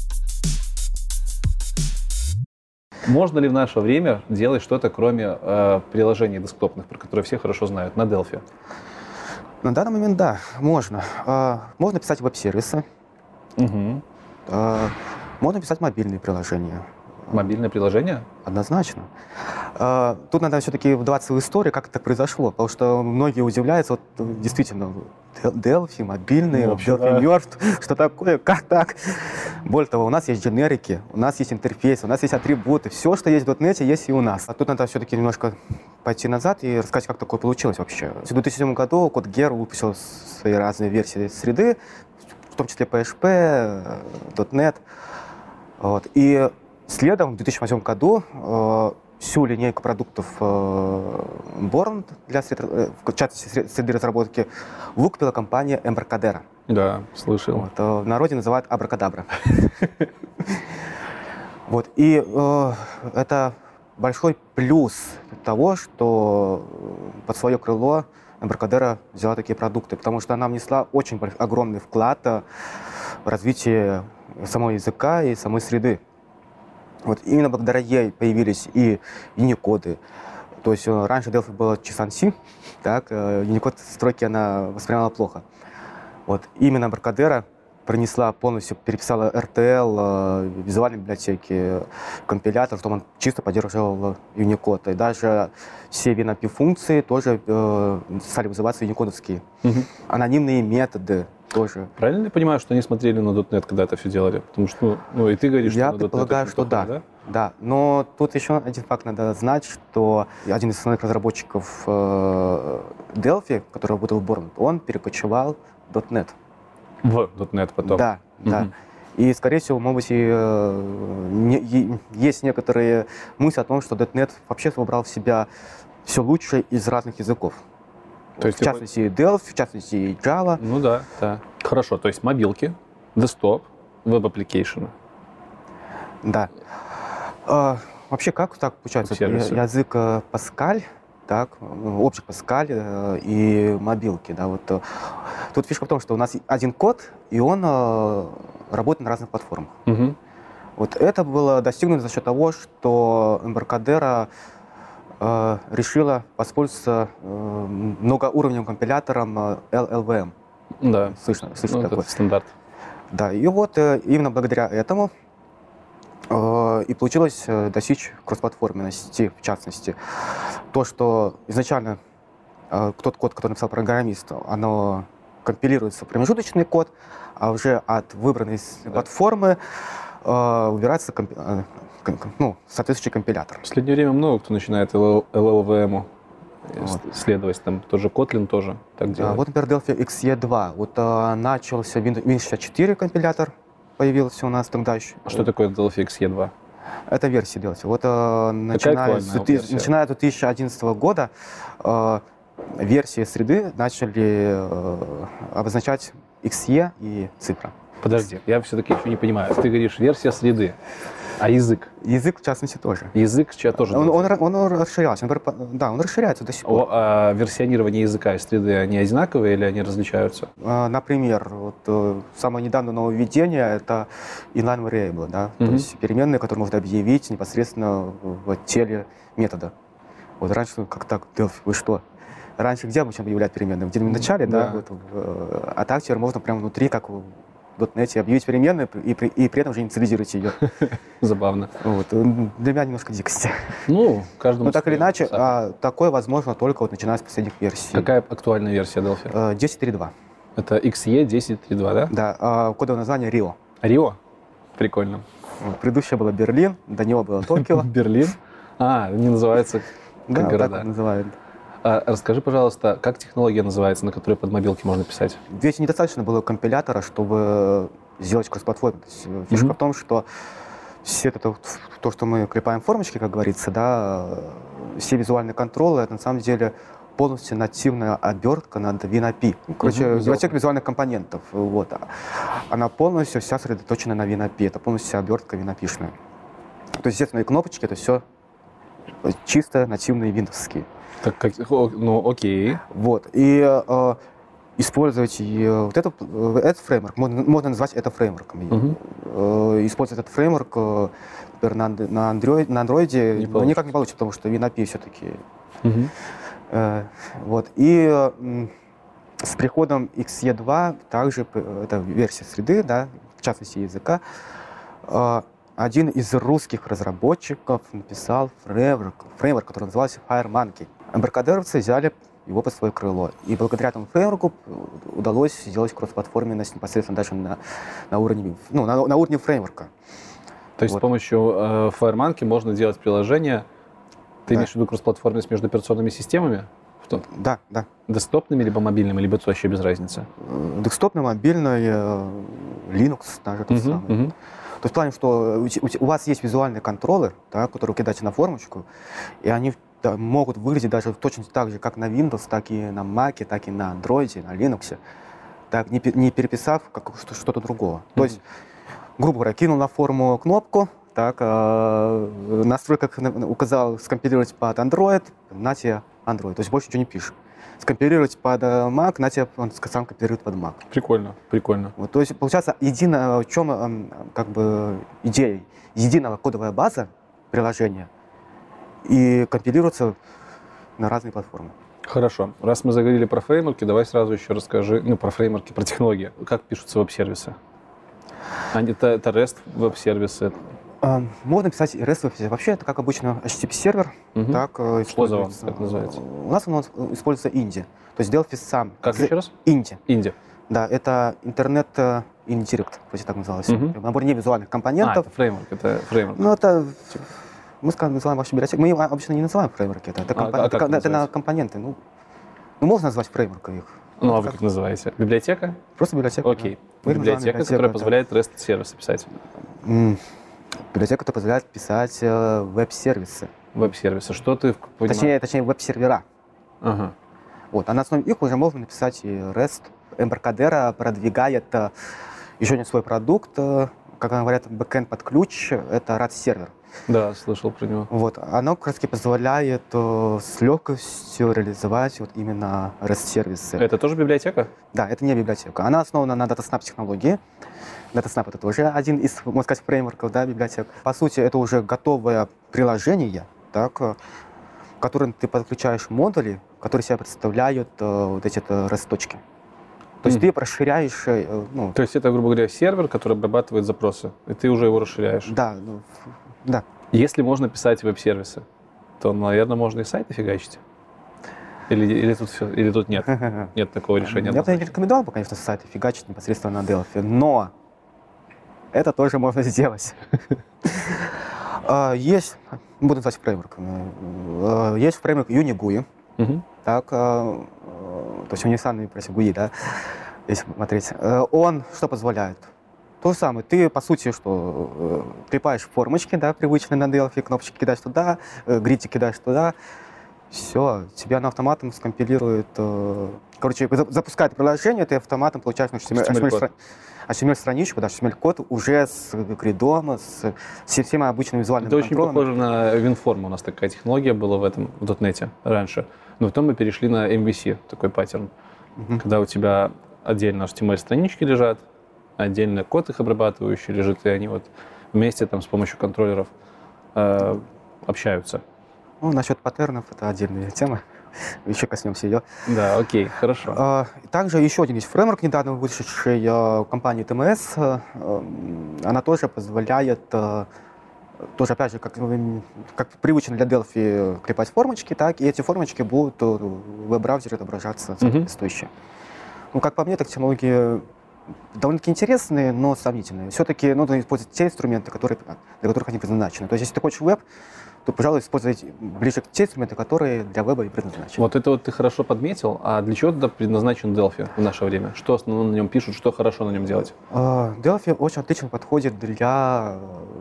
Можно ли в наше время делать что-то, кроме э, приложений десктопных, про которые все хорошо знают, на Delphi? На данный момент, да, можно. Э, можно писать веб-сервисы. Угу. Э, можно писать мобильные приложения. Мобильное приложение? Однозначно. Э, тут надо все-таки вдаваться в историю, как это так произошло, потому что многие удивляются, вот, действительно, Delphi, мобильный, ну, Delphi да. мертв, что такое, как так? Более того, у нас есть дженерики, у нас есть интерфейс, у нас есть атрибуты, все, что есть в .NET, есть и у нас. А тут надо все-таки немножко пойти назад и рассказать, как такое получилось вообще. В две тысячи седьмом году CodeGear выпустил свои разные версии среды, в том числе пи эйч пи, .NET. Вот. И следом в две тысячи восьмом году э, всю линейку продуктов э, Born, для сред, э, в частности среды разработки, выкупила компания Embarcadero. Да, слышал. Вот, э, в народе называют Абракадабра. Вот, и э, это большой плюс того, что под свое крыло Embarcadero взяла такие продукты, потому что она внесла очень огромный вклад в развитие самого языка и самой среды. Вот именно благодаря ей появились и Unicode. То есть раньше Delphi было JSON-C, так, Unicode строки она воспринимала плохо. Вот именно Embarcadero принесла полностью, переписала эр ти эл, визуальные библиотеки, компилятор, чтобы он чисто поддерживал Unicode. И даже все ви эн пи функции тоже э, стали вызываться юникодовские. Угу. Анонимные методы тоже. Правильно я понимаю, что они смотрели на .NET, когда это все делали? Потому что, ну, ну и ты говоришь, я что на предполагаю, что похоже, да. да. Да, но тут еще один факт надо знать, что один из основных разработчиков э, Delphi, который работал в Born, он перекочевал в .NET. В .NET потом? Да, угу. да. И, скорее всего, может быть, и, э, не, и, есть некоторые мысли о том, что .NET вообще выбрал в себя все лучшее из разных языков. То есть в частности, и Delphi, в частности, и Java. Ну да, да. Хорошо, то есть мобилки, десктоп, веб-аппликейшены. Да. А, вообще, как так получается? Язык Pascal, так, Object Pascal и мобилки. Да, вот. Тут фишка в том, что у нас один код, и он работает на разных платформах. Угу. Вот это было достигнуто за счет того, что Embarcadero э, решила воспользоваться э, многоуровневым компилятором эл эл ви эм. Да, слышно, слышно ну, такое. Это стандарт. Да, и вот э, именно благодаря этому э, и получилось э, достичь кроссплатформенности, в частности. То, что изначально э, тот код, который написал программист, оно компилируется в промежуточный код, а уже от выбранной да. платформы э, выбирается комп... э, ну, соответствующий компилятор. В последнее время много кто начинает эл эл ви эм Вот. следовать, там тоже Kotlin тоже так делает. А, вот, например, Delphi икс и два. Вот а, начался Windows шестьдесят четыре компилятор, появился у нас тогда еще. А что такое Delphi икс и два? Это версия Delphi. Вот а, начиная, с, версия? начиная с две тысячи одиннадцатого года а, версии среды начали а, обозначать икс и и цифра. Подожди, я все-таки еще не понимаю. Ты говоришь версия среды, а язык? Язык, в частности, тоже. Язык чья тоже? Он, он, он, он расширялся. Он, да, он расширяется до сих пор. О, а версионирование языка и среды, они одинаковые или они различаются? А, например, вот, самое недавнее нововведение — это inline variable, да? Mm-hmm. То есть переменные, которые можно объявить непосредственно в теле метода. Вот раньше как так, Delphi, вы что? Раньше где обычно объявляют переменные? В начале, да? Да. Вот, в, а так теперь можно прямо внутри, как в .NET, объявить переменную и, при- и при этом уже инициализировать ее. Забавно. Вот. Для меня немножко дикость. Ну, каждому. Но так или свое. иначе, а, такое возможно только вот начиная с последних версий. Какая актуальная версия Delphi? десять точка три точка два. Это икс и десять точка три точка два, да? Да, а, кодовое название Rio. Рио? Прикольно. Вот. Предыдущее было Берлин, до него было Токио. Берлин? А, не называется как Да, так города. вот называют. А расскажи, пожалуйста, как технология называется, на которой под мобилки можно писать? Здесь недостаточно было компилятора, чтобы сделать кроссплатформу. То есть фишка Мгм. в том, что все это, то, что мы клепаем формочки, как говорится, да, все визуальные контролы, это на самом деле полностью нативная обертка над WinAPI. Короче, Мгм, библиотека визуальных компонентов. Вот. Она полностью вся сосредоточена на WinAPI. Это полностью вся обертка WinAPI-шная. То есть, естественно, и кнопочки, это все чисто нативные виндовские. Так, как, о, ну, окей. Вот. И э, использовать и, вот это, э, этот фреймворк, можно, можно назвать это фреймворком. Мгм. Э, использовать этот фреймворк, э, например, на, анд- на, Android, на Android Не ну, получится. никак не получится, потому что WinAPI все-таки. Мгм. Э, вот. И э, м, с приходом икс и два, также п- это версия среды, да, в частности языка, э, один из русских разработчиков написал фреймворк, фреймворк, который назывался FireMonkey. Эмбаркадеровцы взяли его под свое крыло. И благодаря этому фреймворку удалось сделать кроссплатформенность непосредственно даже на, на, уровне, ну, на, на уровне фреймворка. То есть Вот. с помощью э, FireMonkey можно делать приложение. Ты Да. имеешь в виду кроссплатформенность между операционными системами? В том- Да, да. Десктопными, либо мобильными, либо это вообще без разницы? Э, Десктопный, мобильный, э, Linux, даже тот Мгм, самый. мгм. То есть в плане, что у, те- у те- у вас есть визуальный контроллер, да, который вы кидаете на формочку, и они да, могут выглядеть даже точно так же, как на Windows, так и на Mac, так и на Android, на Linux, так не, пе- не переписав как что- что-то другого. То есть, грубо говоря, кинул на форму кнопку, так, э, в настройках на- указал скомпилировать под Android, на тебе Android, то есть больше ничего не пишешь. Скомпилировать под э, Mac, на тебе он сам компилирует под Mac. Прикольно, прикольно. Вот, то есть, получается, единая, в чем эм, как бы идея? Единая кодовая база приложения и компилируется на разные платформы. Хорошо. Раз мы заговорили про фреймворки, давай сразу еще расскажи, ну, про фреймворки, про технологии. Как пишутся веб-сервисы? Они, это, это REST веб-сервисы. Эм, Можно писать и REST. Вообще, это как обычно эйч ти ти пи-сервер. Мгм. Так, э, Что за он, используется. как называется? У нас он используется Indy. То есть Delphi сам. Как за- еще раз? Indy. Инди. Да, это интернет э, Indirect, вроде так называлось. Мгм. Набор невизуальных А, компонентов. это фреймворк, это фреймворк. Ну, это мы скажем, называем вообще библиотеку. Мы обычно не называем фреймворки. Это, это, А, компо- а это, как ко- это на называется? компоненты. Ну, ну, можно назвать фреймворком их. Ну, а вы как называете? Библиотека? Просто библиотека. Окей. да. Мы их называем Библиотека, которая да. позволяет REST-сервисы писать. М, Библиотека, которая позволяет писать э, веб-сервисы. Веб-сервисы. Что ты понимаешь? Точнее, точнее, веб-сервера. Ага. Вот. А на основе их уже можно написать и REST. Embarcadero продвигает э, еще один свой продукт, э, как говорят, бэкэнд под ключ, это RAD-сервер. Да, слышал про него. Вот. Оно как раз позволяет э, с легкостью реализовать вот именно REST-сервисы. Это тоже библиотека? Да, это не библиотека. Она основана на DataSnap технологии. DataSnap — это тоже один из, можно сказать, фреймворков, да, библиотек. По сути, это уже готовое приложение, так, э, к которым ты подключаешь модули, которые себя представляют э, вот эти REST-точки. То есть Мгм. ты расширяешь, э, ну, То есть это, грубо говоря, сервер, который обрабатывает запросы, и ты уже его расширяешь. да, ну, ф- да. Если можно писать веб-сервисы, то, наверное, можно и сайты фигачить. Или, или, тут, всё- или тут нет? Нет такого решения. Я бы не рекомендовал бы, конечно, сайты фигачить непосредственно на Delphi, но это тоже можно сделать. Есть, буду называть фреймворками, есть фреймворк Unigui, так, то есть универсальный против гуи, да, если смотреть. Он что позволяет? То же самое, ты, по сути, что клепаешь формочки, да, привычные на Delphi, кнопочки кидаешь туда, гридик кидаешь туда, все, тебя на автоматом скомпилирует, короче, запускает приложение, ты автоматом получаешь эйч ти эм эль-страничку, да, эйч ти эм эль-код уже с гридом, с всеми обычными визуальными Это контролем. очень похоже на WinForm, у нас такая технология была в этом, в .NET раньше, но потом мы перешли на эм ви си, такой паттерн, uh-huh. когда у тебя отдельно эйч ти эм эль-странички лежат, отдельно код их обрабатывающий лежит, и они вот вместе там с помощью контроллеров э, общаются. Ну, насчет паттернов, это отдельная тема. Еще коснемся ее. Да, окей, хорошо. А, также еще один есть фреймворк, недавно вышедший э, компании ти эм эс. Э, она тоже позволяет, э, тоже опять же, как, как привычно для Delphi, клепать формочки, так и эти формочки будут в веб-браузере отображаться соответствующе. Uh-huh. Ну, как по мне, так технологии довольно-таки интересные, но сомнительные. Все-таки нужно использовать те инструменты, которые, для которых они предназначены. То есть, если ты хочешь веб, то, пожалуй, использовать ближе к те инструменты, которые для веба и предназначены. Вот это вот ты хорошо подметил. А для чего тогда предназначен Delphi в наше время? Что основно на нем пишут, что хорошо на нем делать? Delphi очень отлично подходит для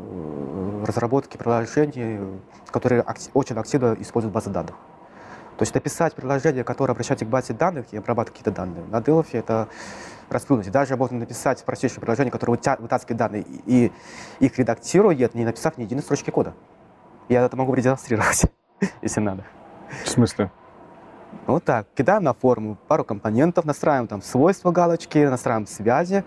разработки приложений, которые очень активно используют базы данных. То есть написать приложение, которое обращается к базе данных и обрабатывает какие-то данные. На Delphi это расплюнуть. Даже можно написать простейшее приложение, которое вытаскивает данные и их редактирует, не написав ни единой строчки кода. Я это могу продемонстрировать, если надо. В смысле? Вот так. Кидаем на форму пару компонентов, настраиваем там свойства галочки, настраиваем связи.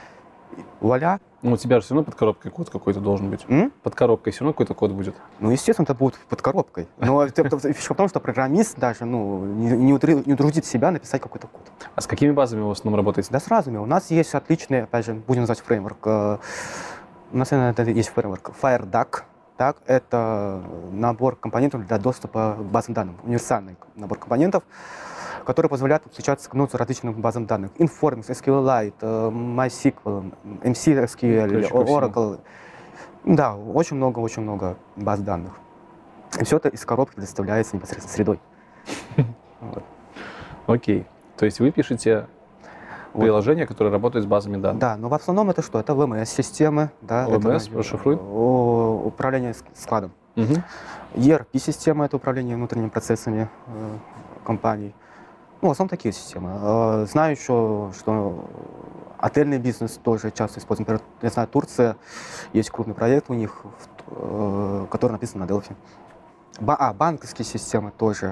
Вуаля. Ну, у тебя же все равно под коробкой код какой-то должен быть. М? Под коробкой все равно какой-то код будет. Ну, естественно, это будет под коробкой. Но фишка в том, что программист даже ну, не утрудит себя написать какой-то код. А с какими базами вы в основном работаете? Да, с разными. У нас есть отличный, опять же, будем называть фреймворк. У нас есть фреймворк FireDuck. Так, это набор компонентов для доступа к базам данных, универсальный набор компонентов, который позволяет подключаться к различным базам данных. Informix, SQLite, MySQL, эм си эс кью эль, Oracle. Да, очень много, очень много баз данных. И все это из коробки предоставляется непосредственно средой. Окей. То есть вы пишете приложения, которые работают с базами данных? Да, но в основном это что? Это ви эм эс-системы. Да, ви эм эс, расшифруй. Управление складом. Угу. и ар пи-система – это управление внутренними процессами э, компаний. Ну, в основном такие системы. Э, знаю еще, что отельный бизнес тоже часто используют. Я знаю, Турция, есть крупный проект у них, э, который написан на Delphi. Ба- а, банковские системы тоже.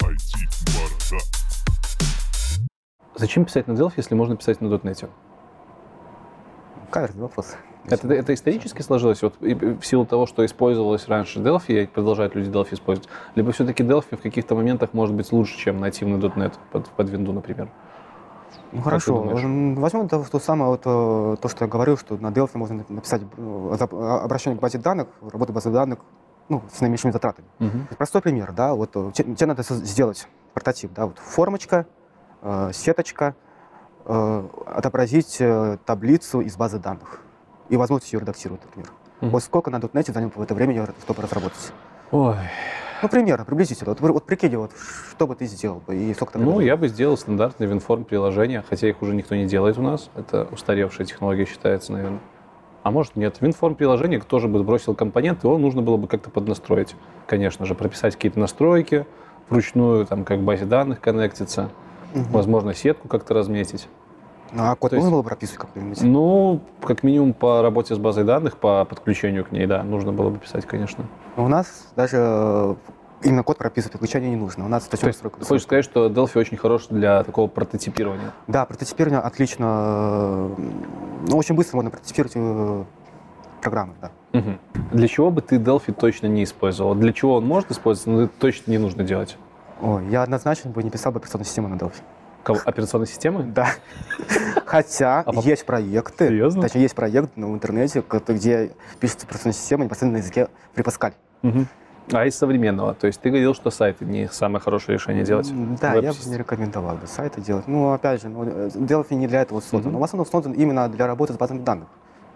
Зачем писать на Delphi, если можно писать на .NET? Каверзный вопрос. Это, это исторически сложилось вот, в силу того, что использовалось раньше Delphi, и продолжают люди Delphi использовать? Либо все-таки Delphi в каких-то моментах может быть лучше, чем нативный .NET под, под Windows, например? Ну как хорошо, возьмем то, то самое, вот, то, что я говорил, что на Delphi можно написать обращение к базе данных, работу базы данных ну, с наименьшими затратами. Uh-huh. Простой пример, да, вот тебе надо сделать прототип, да, вот формочка, э, сеточка, э, отобразить э, таблицу из базы данных. И возможность ее редактировать, например. Uh-huh. Вот сколько на .NET заняло в это время, чтобы разработать? Ой. Ну, примерно, приблизительно. Вот, вот прикинь, вот, что бы ты сделал бы и сколько Ну, я бы сделал стандартные WinForm приложения, хотя их уже никто не делает у нас. Это устаревшая технология считается, наверное. А может нет. WinForm приложение тоже бы сбросил компонент, его нужно было бы как-то поднастроить. Конечно же, прописать какие-то настройки, вручную, там, как к базе данных коннектиться, uh-huh. возможно, сетку как-то разметить. Ну, а код То есть, нужно было прописывать как-нибудь? Ну, как минимум по работе с базой данных, по подключению к ней, да, нужно было бы писать, конечно. Но у нас даже именно код прописывать, подключение не нужно. У нас То есть, хочешь сказать, что Delphi очень хорош для такого прототипирования? Да, прототипирование отлично. Ну, очень быстро можно прототипировать программы, да. Угу. Для чего бы ты Delphi точно не использовал? Для чего он может использоваться, но точно не нужно делать? Ой, я однозначно бы не писал бы операционную систему на Delphi. Кого? Операционной системы? Да. Хотя а есть проекты, серьезно? Точнее, есть проект в интернете, где пишется операционная система непосредственно на языке FreePascal. Угу. А из современного? То есть ты говорил, что сайты не самое хорошее решение делать? Да, я бы не рекомендовал бы сайты делать. Ну, опять же, ну, Delphi не для этого создан. Mm-hmm. Но в основном создан именно для работы с базами данных.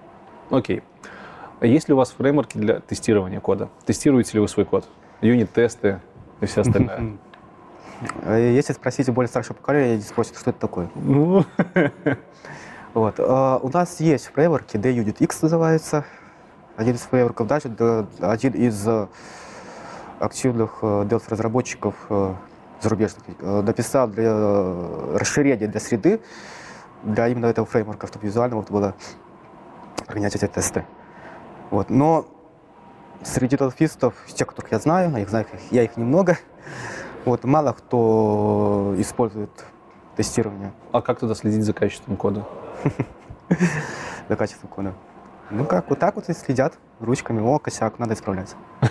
Окей. А есть ли у вас фреймворки для тестирования кода? Тестируете ли вы свой код? Юнит-тесты и все остальное? Если спросите более старшего поколения, спросят, что это такое. Ну, Вот. У нас есть фреймворки, DUnitX называется, один из фреймворков. Дальше один из активных Delphi-разработчиков зарубежных написал для расширения для среды, для именно этого фреймворка, чтобы визуально можно было прогонять эти тесты. Вот. Но среди делфистов, тех, которых я знаю, а их знаю, я их немного, вот, мало кто использует тестирование. а как тогда следить за качеством кода? За качеством кода. Ну как, вот так вот и следят ручками, о, косяк, надо исправлять.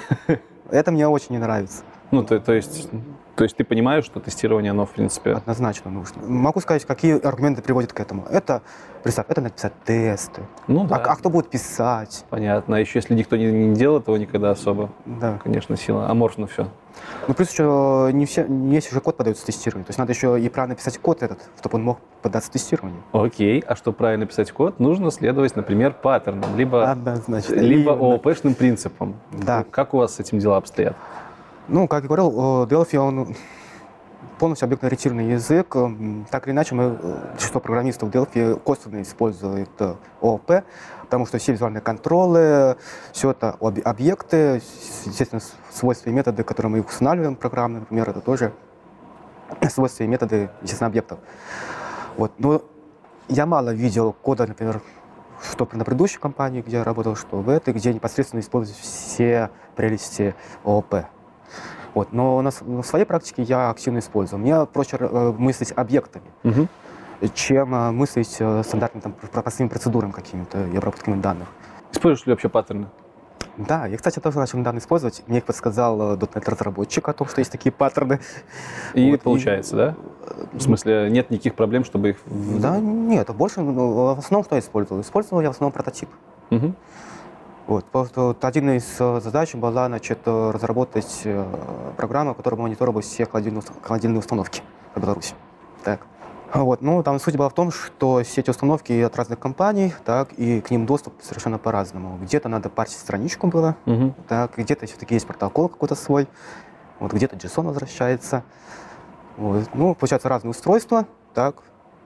Это мне очень не нравится. Ну, то, то есть, то есть ты понимаешь, что тестирование, оно, в принципе... Однозначно нужно. Могу сказать, какие аргументы приводят к этому. Это, представь, это написать тесты. Ну да. А, а кто будет писать? Понятно. А еще если никто не, не делал этого никогда особо, Да. конечно, сила. Аморфно все. Ну, плюс еще не, все, не весь уже код подается тестированию. То есть надо еще и правильно писать код этот, чтобы он мог поддаться тестированию. Окей. А чтобы правильно писать код, нужно следовать, например, паттернам, либо, Однозначно. либо Именно. ООП-шным принципам. Да. Как у вас с этим дела обстоят? Ну, как я говорил, Delphi, он полностью объектно-ориентированный язык. Так или иначе, мы, большинство программистов Delphi косвенно используют ООП, потому что все визуальные контролы, все это объекты, естественно, свойства и методы, которые мы их устанавливаем, программы, например, это тоже свойства и методы, естественно, объектов. Вот. Но я мало видел кода, например, что на предыдущей компании, где я работал, что в этой, где непосредственно используют все прелести ООП. Вот. Но на, на своей практике я активно использую. Мне проще э, мыслить объектами, Угу. чем э, мыслить э, стандартными там, простыми процедурами какими-то и обработками данных. Используешь ли вообще паттерны? Да, я, кстати, тоже начал недавно использовать. Мне их подсказал э, .дот нет-разработчик о том, что есть такие паттерны. И Вот, получается, и, да? В смысле, нет никаких проблем, чтобы их... Да, нет, больше, ну, в основном, что я использовал? Использовал я в основном прототип. Угу. Вот, просто вот один из э, задач была, значит, э, разработать э, программу, которая мониторила все холодильные, уст- холодильные установки в Беларуси. Так. А Вот, ну, там суть была в том, что все эти установки от разных компаний, так, и к ним доступ совершенно по-разному. Где-то надо парсить страничку было, Угу. так, где-то все-таки есть протокол какой-то свой, вот, где-то JSON возвращается. Вот. Ну, получается, разные устройства, так,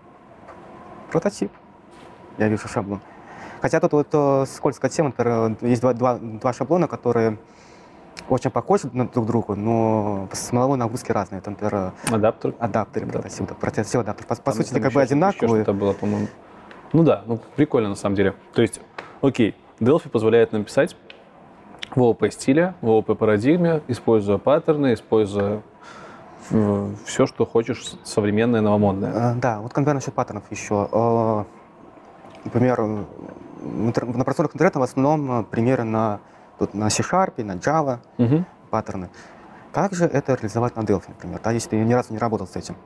прототип. Я вижу шаблон. Хотя тут вот э, скользкая тема, например, есть два, два, два шаблона, которые очень похожи на друг друга, но по смысловой нагрузке разные. Это, например, Адаптер. адаптеры, Да. прототип, да, прототип, адаптер. По, по Там- сути, там они как еще бы что- еще одинаковые. что-то было, по-моему. Ну да, ну прикольно на самом деле. То есть, окей, Delphi позволяет нам писать в ООП-стиле, в ООП-парадигме, используя паттерны, используя все, что хочешь, современное, новомодное. Э, Да, вот конкретно насчет паттернов еще. Э, Например, в интер- на просторах интернета в основном э, примеры на, тут, на C-Sharp, на Java, Угу. паттерны. Как же это реализовать на Delphi, например, да, если ты ни разу не работал с этим?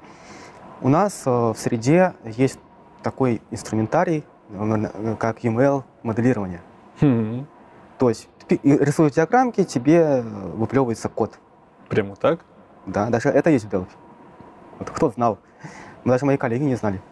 У нас э, в среде есть такой инструментарий, э, как эм эл-моделирование. Хм. То есть ты пи- рисуешь диаграммки, тебе э, выплевывается код. Прямо вот так? Да, даже это есть в Delphi. Вот кто знал? Ну, даже мои коллеги не знали.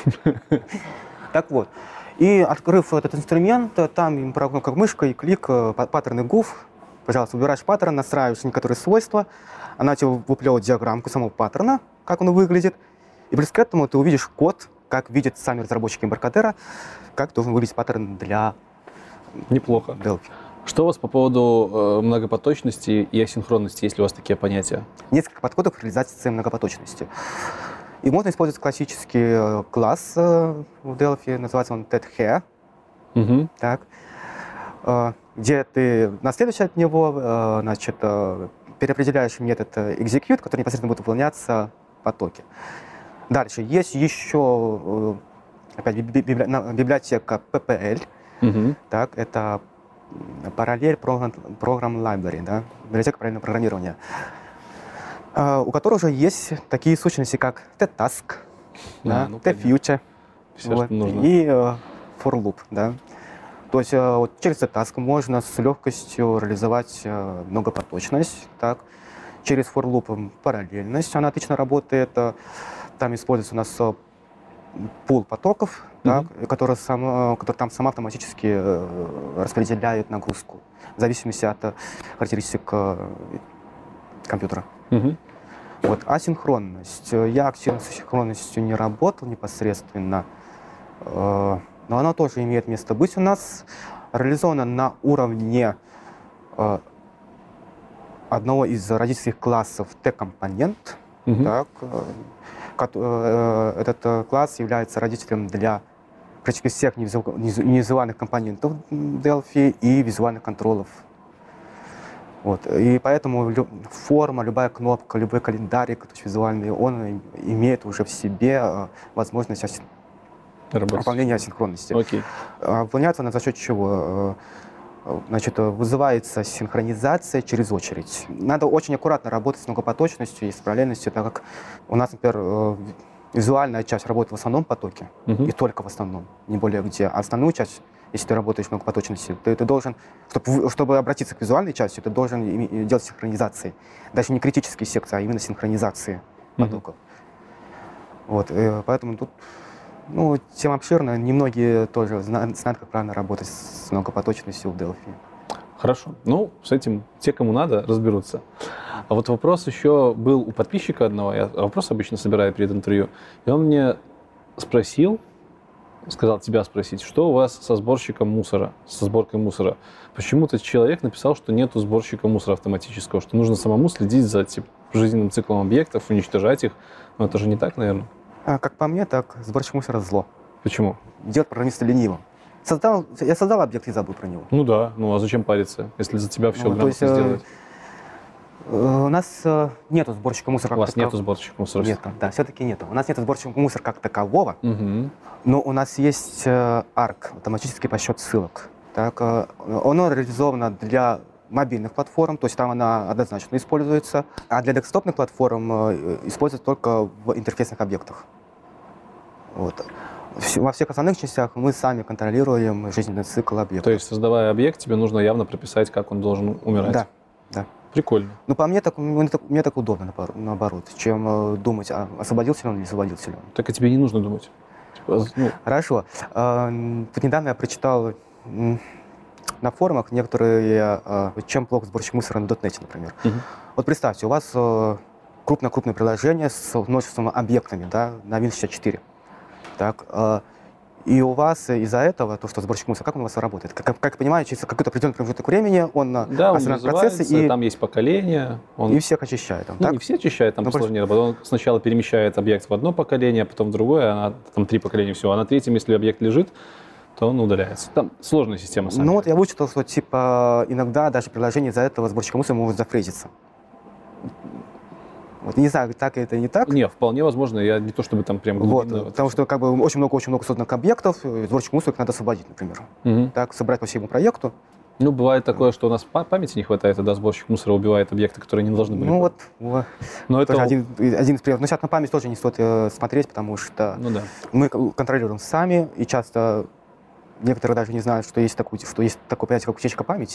Так вот. И открыв этот инструмент, там им программа как мышка и клик, э, па- паттерны гуф. Пожалуйста, выбираешь паттерн, настраиваешь некоторые свойства, она тебе выплевывает диаграммку самого паттерна, как он выглядит. И плюс к этому ты увидишь код, как видят сами разработчики Embarcadero, как должен выглядеть паттерн для Неплохо. Delphi. Что у вас по поводу э, многопоточности и асинхронности, есть ли у вас такие понятия? Несколько подходов к реализации многопоточности. И можно использовать классический э, класс э, в Delphi, называется он TED-Here, Угу. так, э, где ты на следующий от него э, значит, э, переопределяешь метод э, execute, который непосредственно будет выполняться в потоке. Дальше есть еще э, опять би- би- библи- на- библиотека пи пи эл, Угу. так, это параллель программ, программ library, да, библиотека параллельного программирования, э, у которой уже есть такие сущности, как TTask, да, ну, понятно. TFuture, Все, вот, что нужно. и э, for loop, да. То есть э, вот через TTask можно с легкостью реализовать э, многопоточность, так. Через for loop параллельность, она отлично работает. э, Там используется у нас э, пул потоков, Mm-hmm. так, который, сам, который там сам автоматически э, распределяет нагрузку в зависимости от э, характеристик э, компьютера. Mm-hmm. Вот. Асинхронность. Я активно с асинхронностью не работал непосредственно, э, но она тоже имеет место быть. У нас реализована на уровне э, одного из родительских классов T-компонент. Mm-hmm. Так, э, этот класс является родителем для практически всех невизуальных компонентов Delphi и визуальных контроллов. Вот. И поэтому лю- форма, любая кнопка, любой календарик, то есть визуальный, он имеет уже в себе э, возможность asi- выполнения асинхронности. Okay. А выполняется она за счет чего? Значит, вызывается синхронизация через очередь. Надо очень аккуратно работать с многопоточностью и с параллельностью, так как у нас, например, визуальная часть работает в основном потоке, uh-huh. и только в основном, не более где. А основную часть, если ты работаешь в многопоточности, то ты должен, чтобы, чтобы обратиться к визуальной части, ты должен делать синхронизации. Даже не критические секции, а именно синхронизации uh-huh. потоков. Вот, поэтому тут ну, тема обширная, немногие тоже знают, знают, как правильно работать с многопоточностью в Delphi. Хорошо. Ну, с этим те, кому надо, разберутся. А вот вопрос еще был у подписчика одного, я вопрос обычно собираю перед интервью, и он мне спросил, сказал тебя спросить, что у вас со сборщиком мусора, со сборкой мусора. Почему-то человек написал, что нету сборщика мусора автоматического, что нужно самому следить за типа, жизненным циклом объектов, уничтожать их. Но это же не так, наверное. А, как по мне, так сборщик мусора зло. Почему? Делать программиста ленивым. Создал, я создал объект и забыл про него. Ну да, ну а зачем париться, если за тебя все ну, грамотно есть, сделать? Э, у нас э, нету сборщика мусора как У вас такового. нету сборщика мусора? Нет, да, все-таки нету. У нас нету сборщика мусора как такового, угу. но у нас есть э, арк, автоматический подсчет ссылок. Так, э, оно реализовано для мобильных платформ, то есть там она однозначно используется, а для десктопных платформ э, используется только в интерфейсных объектах. Вот. Во всех основных частях мы сами контролируем жизненный цикл объекта. То есть, создавая объект, тебе нужно явно прописать, как он должен умирать? Да, да. Прикольно. Ну, по мне так, мне так, мне так удобно, наоборот, чем э, думать, а освободился ли он или не освободился ли он. Так и тебе не нужно думать. Типа, ну... Хорошо. Э, вот недавно я прочитал э, на форумах некоторые, э, чем плохо сборщик мусора на .дот нет, например. Угу. Вот представьте, у вас э, крупное-крупное приложение с множеством объектами, да, на Windows шестьдесят четыре. Так, э, и у вас из-за этого, то, что сборщик мусора, как он у вас работает? Как, как я понимаю, через какой-то определенный промежуток времени он да, остановит процессы, и там есть поколение. Он... И всех очищает. Там, ну, так? не все очищает, там посложнее. Он сначала перемещает объект в одно поколение, потом в другое, она, там три поколения всего. А на третьем, если объект лежит, то он удаляется. Там сложная система. Сами. Ну вот я вычитал, что типа иногда даже приложение из-за этого сборщика мусора может зафрезиться. Вот не знаю, так это не так. Не, вполне возможно, я не то чтобы там прям глубинно. Вот, потому что как бы очень много, очень много созданных объектов, сборщик мусора надо освободить, например. Угу. Так, собрать по всему проекту. Ну, бывает такое, что у нас памяти не хватает, тогда сборщик мусора убивает объекты, которые не должны были. Ну вот, вот. Но это один, один из примеров. Но сейчас на память тоже не стоит э, смотреть, потому что ну, да. мы контролируем сами, и часто некоторые даже не знают, что есть, такой, что есть такое понятие, как утечка памяти.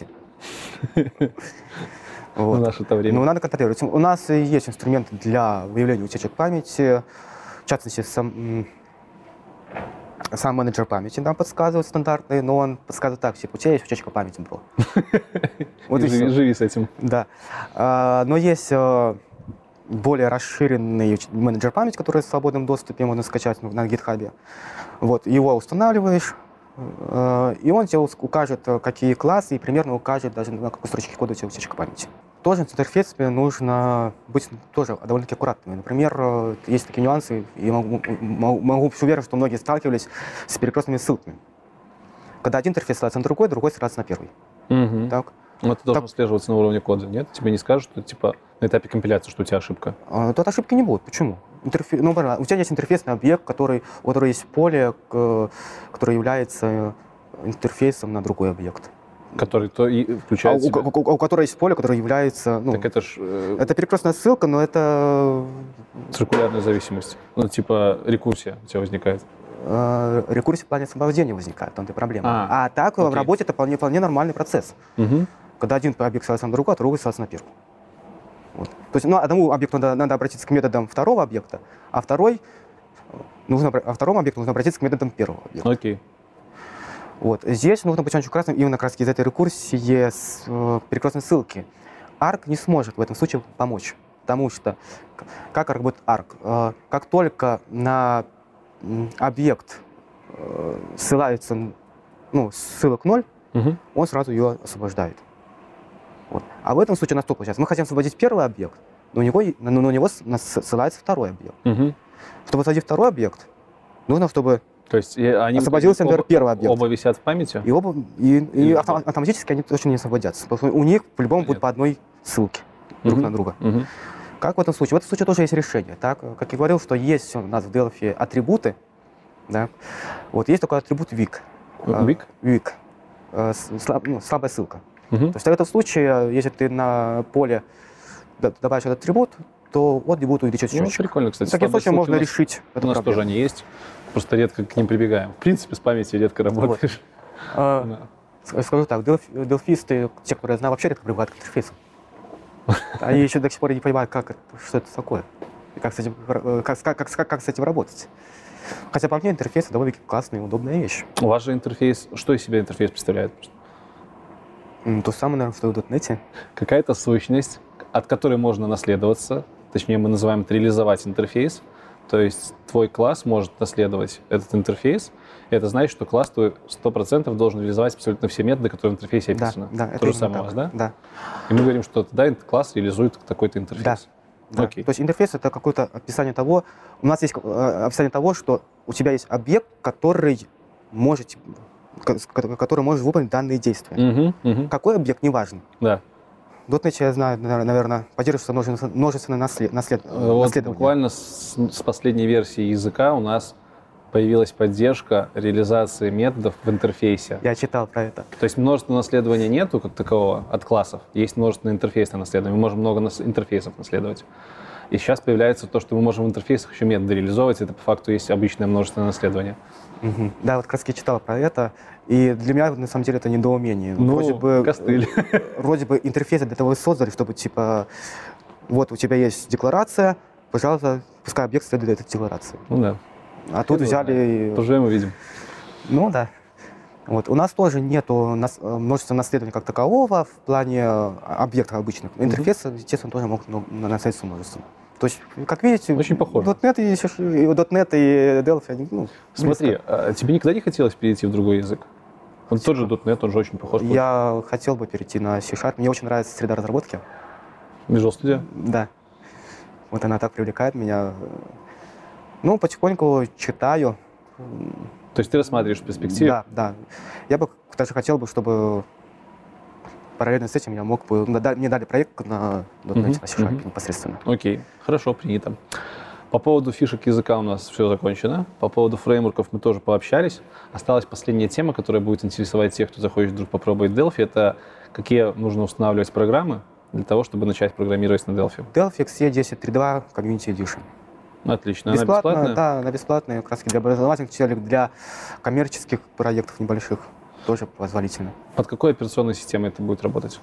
Вот. В наше-то время. Ну, надо контролировать. У нас есть инструменты для выявления утечек памяти. В частности, сам, сам менеджер памяти нам подсказывает стандартный, но он подсказывает так, типа, у тебя есть утечка памяти, бро. Вот и живи, живи с этим. Да. А, но есть более расширенный менеджер памяти, который в свободном доступе можно скачать на GitHub. Вот, его устанавливаешь, и он тебе укажет, какие классы, и примерно укажет даже на какой строчке кода у тебя утечка памяти. Тоже с интерфейсами нужно быть тоже довольно-таки аккуратными. Например, есть такие нюансы, и могу, могу, могу быть уверен, что многие сталкивались с перекрестными ссылками. Когда один интерфейс ссылается на другой, другой ссылается на первый. Угу. Так? Но это должно так... отслеживаться на уровне кода, нет? Тебе не скажут, что типа на этапе компиляции, что у тебя ошибка? А, тут ошибки не будет. Почему? Интерфе... Ну, у тебя есть интерфейсный объект, который, у которого есть поле, которое является интерфейсом на другой объект. Который то и включает а, у, у, у, у которого есть поле, которое является... Ну, так это ж... Э... Это перекрестная ссылка, но это... Циркулярная зависимость. Ну, типа рекурсия у тебя возникает. Э, рекурсия в плане освобождения возникает, там-то проблема. А, а так окей. в работе это вполне, вполне нормальный процесс. Угу. Когда один объект ссылается на другой, а другой ссылается на первый. Вот. То есть, ну, одному объекту надо, надо обратиться к методам второго объекта, а второй нужно, а второму объекту нужно обратиться к методам первого объекта. Окей. Вот. Здесь нужно быть очень красным именно как раз из этой рекурсии с э, перекрестной ссылки. Арк не сможет в этом случае помочь, потому что как работает арк? Э, как только на м, объект э, ссылается, ну, ссылок ноль, Угу. он сразу ее освобождает. Вот. А в этом случае у нас что получается? Мы хотим освободить первый объект, но у него, но на него ссылается второй объект. Угу. Чтобы освободить второй объект, нужно, чтобы То есть и они освободился, например, оба, первый объект. оба висят в памяти? И, оба, и, и И автом- автоматически они точно не освободятся. Потому что у них по-любому будет по одной ссылке друг Мгм. на друга. Угу. Как в этом случае? В этом случае тоже есть решение. Так? Как я говорил, что есть у нас в Delphi атрибуты. Да? Вот есть такой атрибут weak. Weak? Weak. Э, с- слаб- ну, слабая ссылка. Угу. То есть в этом случае, если ты на поле д- добавишь этот атрибут, то вот не будет увеличить Ну, счетчик. прикольно, кстати. В таком Слабые случае ссылки можно у нас- решить У эту нас проблему. тоже они есть, просто редко к ним прибегаем. В принципе, с памятью редко работаешь. А, Да. с- Скажу так, делф- делфисты, те, которые я знаю, вообще редко прибывают к интерфейсу. Они еще до сих пор не понимают, как это, что это такое, и как с этим, э, как, как, как, как с этим работать. Хотя по мне интерфейс довольно классная и удобная вещь. У вас же интерфейс, что из себя интерфейс представляет? М, То самое, наверное, что и в .дот нет. Какая-то сущность, от которой можно наследоваться, точнее мы называем это реализовать интерфейс, то есть твой класс может наследовать этот интерфейс, и это значит, что класс твой сто процентов должен реализовать абсолютно все методы, которые в интерфейсе Да, описаны. да, То это же именно самое у так. вас, да? Да, И мы говорим, что да, этот класс реализует такой-то интерфейс. да. Окей. То есть интерфейс — это какое-то описание того, у нас есть э, описание того, что у тебя есть объект, который может, ко- который может выполнить данные действия. Угу, угу. Какой объект, неважно. Да. В .дот нет, я знаю, наверное, поддерживается множественное, множественное наслед, наслед, Э, Вот наследование. буквально с, с последней версии языка у нас появилась поддержка реализации методов в интерфейсе. Я читал про это. То есть множественного наследования нету как такового от классов. Есть множественное интерфейсное наследование. Мы можем много нас- интерфейсов наследовать. И сейчас появляется то, что мы можем в интерфейсах еще методы реализовывать. Это по факту есть обычное множественное наследование. Мгм. Да, вот как раз я читал про это. И для меня, на самом деле, это недоумение. Ну, вроде бы, костыль. э, вроде бы интерфейсы для того и создали, чтобы, типа, вот у тебя есть декларация, пожалуйста, пускай объект следует этой декларации. Ну да. А тут его взяли... Поживем и видим. Ну да. Вот. У нас тоже нету нас- э, множественного наследования как такового в плане э, объектов обычных. Интерфейсы, естественно, тоже могут ну, наследоваться множественно. То есть, как видите, Очень похоже. .дот нет и, и .дот нет и Delphi, они, ну, Смотри, близко. а тебе никогда не хотелось перейти в другой язык? Вот тот же .дот нет, он же очень похож. Я хотел бы перейти на C-Sharp. Мне очень нравится среда разработки. Visual Studio? Да. Вот она так привлекает меня. Ну, потихоньку читаю. То есть ты рассматриваешь перспективу? Да, да. Я бы даже хотел бы, чтобы параллельно с этим я мог бы... ну, да- Мне дали проект на .дот нет, Мгм, на C-Sharp мгм. непосредственно. Окей, хорошо, принято. По поводу фишек языка у нас все закончено. По поводу фреймворков мы тоже пообщались. Осталась последняя тема, которая будет интересовать тех, кто захочет вдруг попробовать Delphi. Это какие нужно устанавливать программы для того, чтобы начать программировать на Delphi. Delphi икс и десять точка три точка два Community Edition. Отлично. Она Бесплатно, бесплатная? да, она бесплатная, как раз для образовательных целей, для коммерческих проектов небольших тоже позволительно. Под какой операционной системой это будет работать?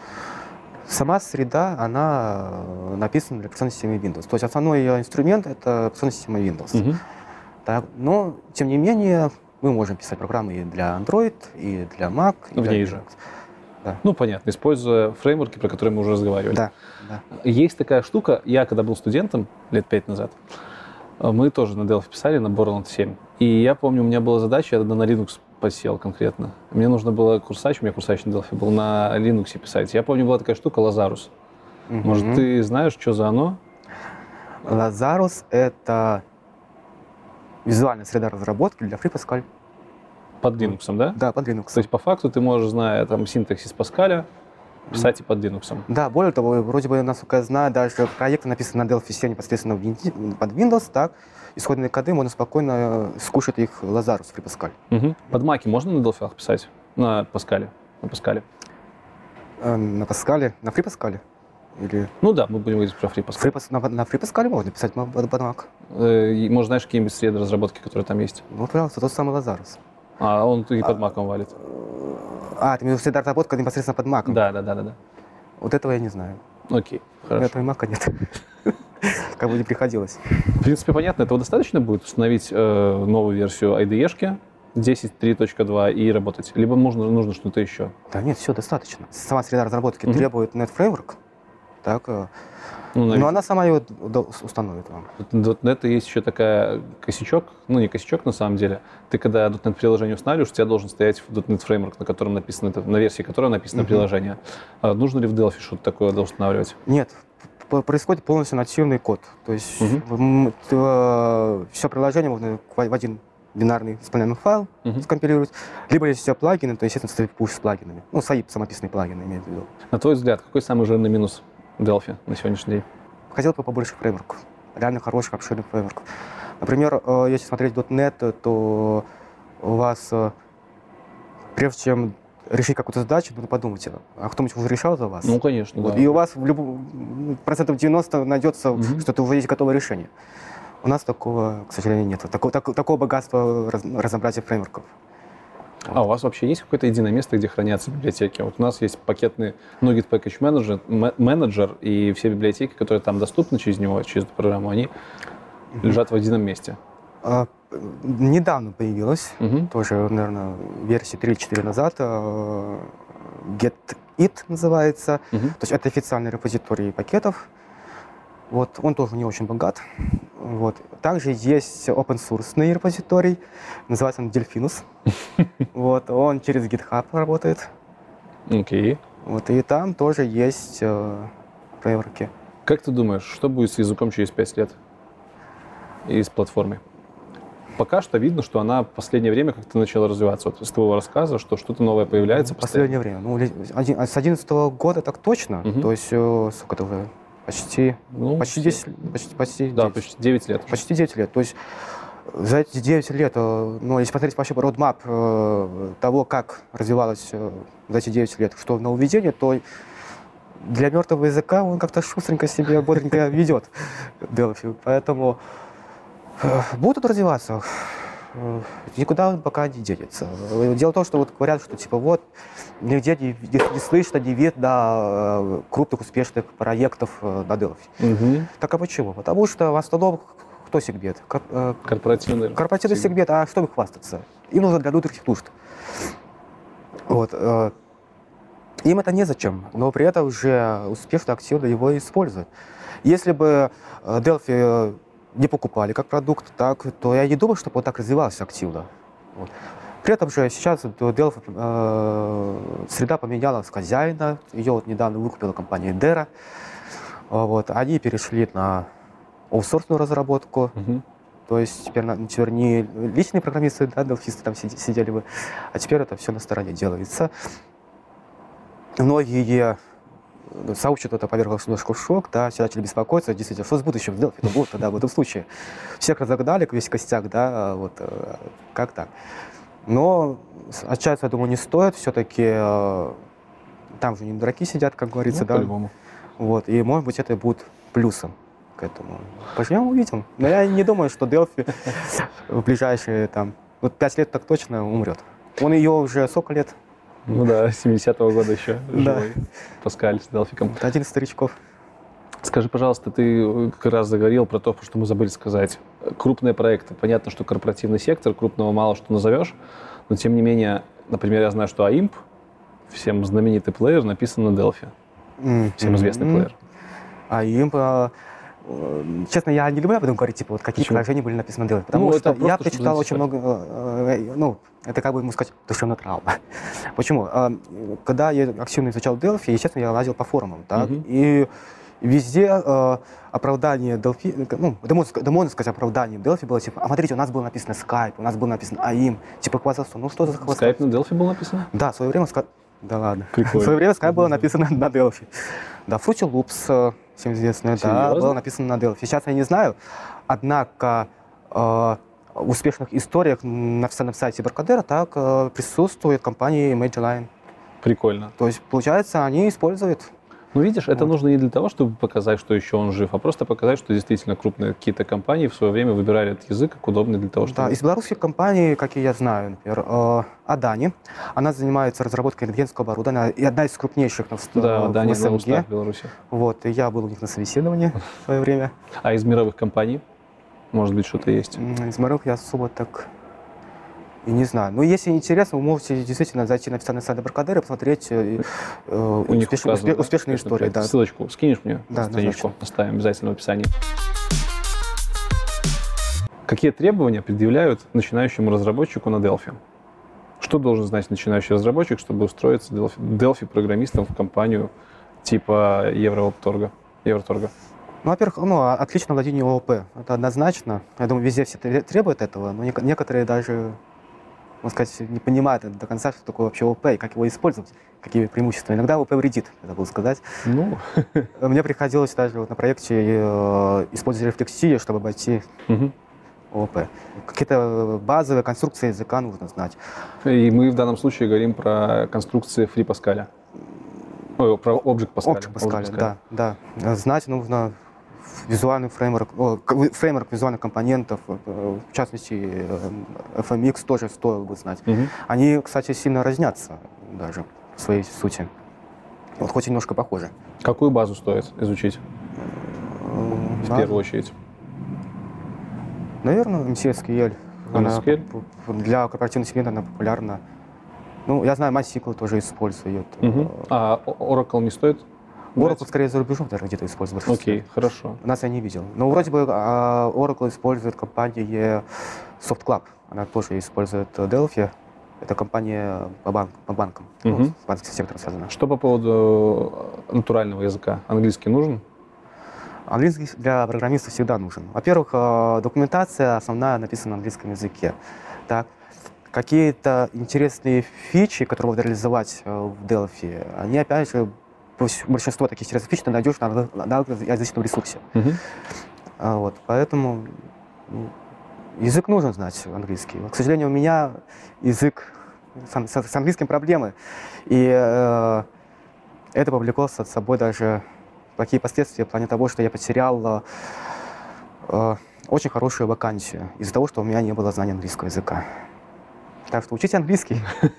Сама среда, она э, написана для операционной системы Windows. То есть основной ее инструмент — это операционная система Windows. Мгм. Так, но, тем не менее, мы можем писать программы и для Android, и для Mac, и В для ней Linux. же. Да. Ну, понятно, используя фреймворки, про которые мы уже разговаривали. Да, да. Есть такая штука, я когда был студентом, лет пять назад, мы тоже на Delphi писали, на Borland семь. И я помню, у меня была задача, я тогда на Linux посел конкретно. Мне нужно было курсач, у меня курсач на Delphi был, на Linux писать. Я помню, была такая штука Lazarus. Может, Мгм. ты знаешь, что за оно? Lazarus — это визуальная среда разработки для FreePascal. Под Linux, да? Да, под Linux. То есть, по факту, ты можешь, зная там синтаксис Паскаля, писать и под Linux. Да, более того, вроде бы, насколько я знаю, даже проекты написаны на Delphi семь непосредственно в Win- под Windows, так, исходные коды можно спокойно э, скушать их Lazarus FreePascal. Мгм. Под Маки можно на Delphi писать? На Паскале? На Паскале? Э, На Pascal, на FreePascal? Или... Ну да, мы будем говорить про FreePascal. FreePas- на, на FreePascal можно писать под, под Mac. Э, и, может, знаешь, какие-нибудь среды разработки, которые там есть? Ну, пожалуйста, тот самый Lazarus. А он и под маком валит. А, ты имеешь в виду среда разработка непосредственно под Mac? Да, да, да, да, да. Вот этого я не знаю. Окей, У хорошо. этого и Mac нет. как бы не приходилось. В принципе, понятно, этого достаточно будет установить э, новую версию ай ди и-шки десять три точка два и работать? Либо нужно, нужно что-то еще? Да нет, все достаточно. Сама среда разработки Мгм. требует NetFramework, так, э, Ну, но она сама ее до- установит вам. .дот нет есть еще такая косячок, ну не косячок на самом деле. Ты когда .дот нет приложение устанавливаешь, у тебя должен стоять в .дот нет Framework, на котором написано это, на версии которого написано Мгм. приложение. А нужно ли в Delphi что-то такое устанавливать? Нет, п- происходит полностью нативный код. То есть Мгм. все приложение можно в в один бинарный исполняемый файл Мгм. скомпилировать. Либо если у тебя плагины, то, естественно, стоит пуш с плагинами. Ну, свои самописные плагины, имеется в виду. На твой взгляд, какой самый жирный минус Delphi на сегодняшний день? Хотел бы побольше фреймворков. Реально хороших, обширных фреймворков. Например, э, если смотреть .дот нет, то у вас, э, прежде чем решить какую-то задачу, нужно подумать, а кто-нибудь уже решал за вас? Ну, конечно, Вот. да. И у вас в любом процентов девяносто найдется, Мгм. что это уже есть готовое решение. У нас такого, к сожалению, нет. Такого, так- такого богатства раз- разнообразия фреймворков. А у вас вообще есть какое-то единое место, где хранятся библиотеки? Вот у нас есть пакетный Nugget Package Manager, м- менеджер, и все библиотеки, которые там доступны через него, через эту программу, они лежат в едином месте. А, п- недавно появилась, Мгм. тоже, наверное, версии три-четыре назад, э, GetIt называется. Мгм. То есть это официальный репозиторий пакетов. Вот, он тоже не очень богат. Вот. Также есть open source репозиторий, называется он Delphinus. Вот, он через GitHub работает. Окей. Вот, и там тоже есть э, фреймворки. Как ты думаешь, что будет с языком через пять лет и с платформой? Пока что видно, что она в последнее время как-то начала развиваться. Вот из твоего рассказа, что что-то новое появляется В последнее время. Ну, ли- один- с одиннадцатого года так точно. Мгм. То есть, э, сколько это уже? Почти, Ну, почти десять, почти, почти Да, девять. почти девять лет. Почти девять лет. То есть за эти девять лет, э, ну, если посмотреть вообще roadmap э, того, как развивалось э, за эти девять лет, что нововведение, то для мертвого языка он как-то шустренько себе, бодренько ведет Delphi. Поэтому э, будут развиваться. Э, Никуда он пока не денется. Э, Дело в том, что вот говорят, что типа вот нигде не, не- не слышно, не видно э, крупных успешных проектов э, на Delphi. Мгм. Так а почему? Потому что в основном кто сегмент? Кор- э, Корпоративный. Корпоративный сегмент, а что им хвастаться? Им нужно для внутренних нужд. Вот. э, Им это незачем, но при этом уже успешно, активно его используют. Если бы э, Delphi э, не покупали как продукт, так, то я не думаю, чтобы он так развивался активно. Вот. При этом же сейчас Delphi э, среда поменялась хозяина, ее вот недавно выкупила компания Dera. Вот. Они перешли на оффсорсную разработку. Мгм. То есть теперь, на- теперь не личные программисты, да, делфисты там сиди- сидели бы, а теперь это все на стороне делается. Многие э, сообщество это повергло немножко в шок, да, все начали беспокоиться, действительно, что с будущим в Delphi это будет тогда в этом случае. Всех разогнали, весь костяк, да, вот, э, как так. Но с- отчаяться, я думаю, не стоит, все-таки э, там же не дураки сидят, как говорится, Ну, да. по-любому. Вот, и, может быть, это будет плюсом к этому. Поживем, увидим. Но я не думаю, что Delphi в ближайшие, там, вот пять лет так точно умрет. Он ее уже сколько лет? Ну да, семидесятого года еще Да. живой Паскаль с Делфиком. Вот один из старичков. Скажи, пожалуйста, ты как раз заговорил про то, что мы забыли сказать. Крупные проекты. Понятно, что корпоративный сектор, крупного мало что назовешь, но тем не менее, например, я знаю, что AIMP, всем знаменитый плеер, написан на Delphi. Всем известный М-м. плеер. А им, э, э, честно, я не люблю об этом говорить, типа, вот какие Почему? приложения были написаны на Delphi. Потому Ну, что это я просто, прочитал чтобы очень много, э, э, ну, это как бы, можно сказать, душевная травма. Почему? Э, Когда я активно изучал Delphi, естественно, я лазил по форумам, так, Мгм. и везде э, оправдание Delphi, ну, да можно, ска- да можно сказать, оправдание Delphi было, типа, а смотрите, у нас было написано Skype, у нас было написано AIM, типа, хвастовство. Ну, что за хвастовство? Skype на Delphi был написан? Да, в свое время Skype... Да ладно. Прикольно. В свое время Skype было написано на Delphi. Да, Fruity Loops, э, всем известная, да, Серьезно? было написано на Delphi. Сейчас я не знаю, однако э, в успешных историях на официальном сайте Barcadero так э, присутствует компания Image Line. Прикольно. То есть, получается, они используют Ну, видишь, это Вот. нужно не для того, чтобы показать, что еще он жив, а просто показать, что действительно крупные какие-то компании в свое время выбирали этот язык как удобный для того, чтобы... Да, из белорусских компаний, какие я знаю, например, э, Адани. Она занимается разработкой рентгенского оборудования и одна из крупнейших в, Да, в да, не на СНГ. устах в Беларуси. Вот, и я был у них на собеседовании в свое время. А из мировых компаний, может быть, что-то есть? М, Из мировых я особо так и не знаю. Но если интересно, вы можете действительно зайти на официальный сайт Абракадера и посмотреть э, э, У них успеш- указано, успе- да? успешные Конечно, истории. например. Да. Ссылочку скинешь мне Да, на страничку, однозначно. оставим обязательно в описании. Какие требования предъявляют начинающему разработчику на Delphi? Что должен знать начинающий разработчик, чтобы устроиться Delphi, Delphi программистом в компанию типа Евроторга? Евроторга? Ну, во-первых, ну, а- отличное владение ООП. Это однозначно. Я думаю, везде все тре- требуют этого, но нек- некоторые даже, можно сказать, не понимают до конца, что такое вообще ООП и как его использовать, какие преимущества. Иногда ООП вредит, это буду сказать. Ну, Мне приходилось даже вот на проекте э, использовать рефлексию, чтобы обойти мгм. ООП. Какие-то базовые конструкции языка нужно знать. И мы в данном случае говорим про конструкции Free Pascal. Ой, про Object Pascal. Object Pascal, да, да. Знать нужно визуальный фреймворк, о, к- вы- фреймворк визуальных компонентов, э, в частности, э, эф эм икс тоже стоило бы знать. Мгм. Они, кстати, сильно разнятся даже в своей сути. Вот хоть и немножко похожи. Какую базу стоит изучить Э, в да, первую очередь? Наверное, эм си эс кью эль. Она эм эс кью эль? п- п- для корпоративного сегмента она популярна. Ну, я знаю, MySQL тоже использует. Мгм. А Oracle не стоит? брать? Oracle скорее за рубежом даже где-то использует. Окей, хорошо. У нас я не видел. Но вроде бы а, Oracle использует компания SoftClub. Она тоже использует э, Delphi. Это компания по, банк, по банкам. Ну, Мгм. с банковским сектором связана. Что по поводу э, натурального языка? Английский нужен? Английский для программистов всегда нужен. Во-первых, э, документация основная написана на английском языке. Так. Какие-то интересные фичи, которые можно реализовать э, в Delphi, они, опять же, пусть большинство таких интересных фич ты найдешь на, англ- на англоязычном ресурсе. Мгм. А, вот, поэтому ну, язык нужно знать английский. К сожалению, у меня язык с, с- с английским проблемы. И э, это повлекло за собой даже плохие последствия в плане того, что я потерял э, э, очень хорошую вакансию из-за того, что у меня не было знания английского языка. Так что учите английский.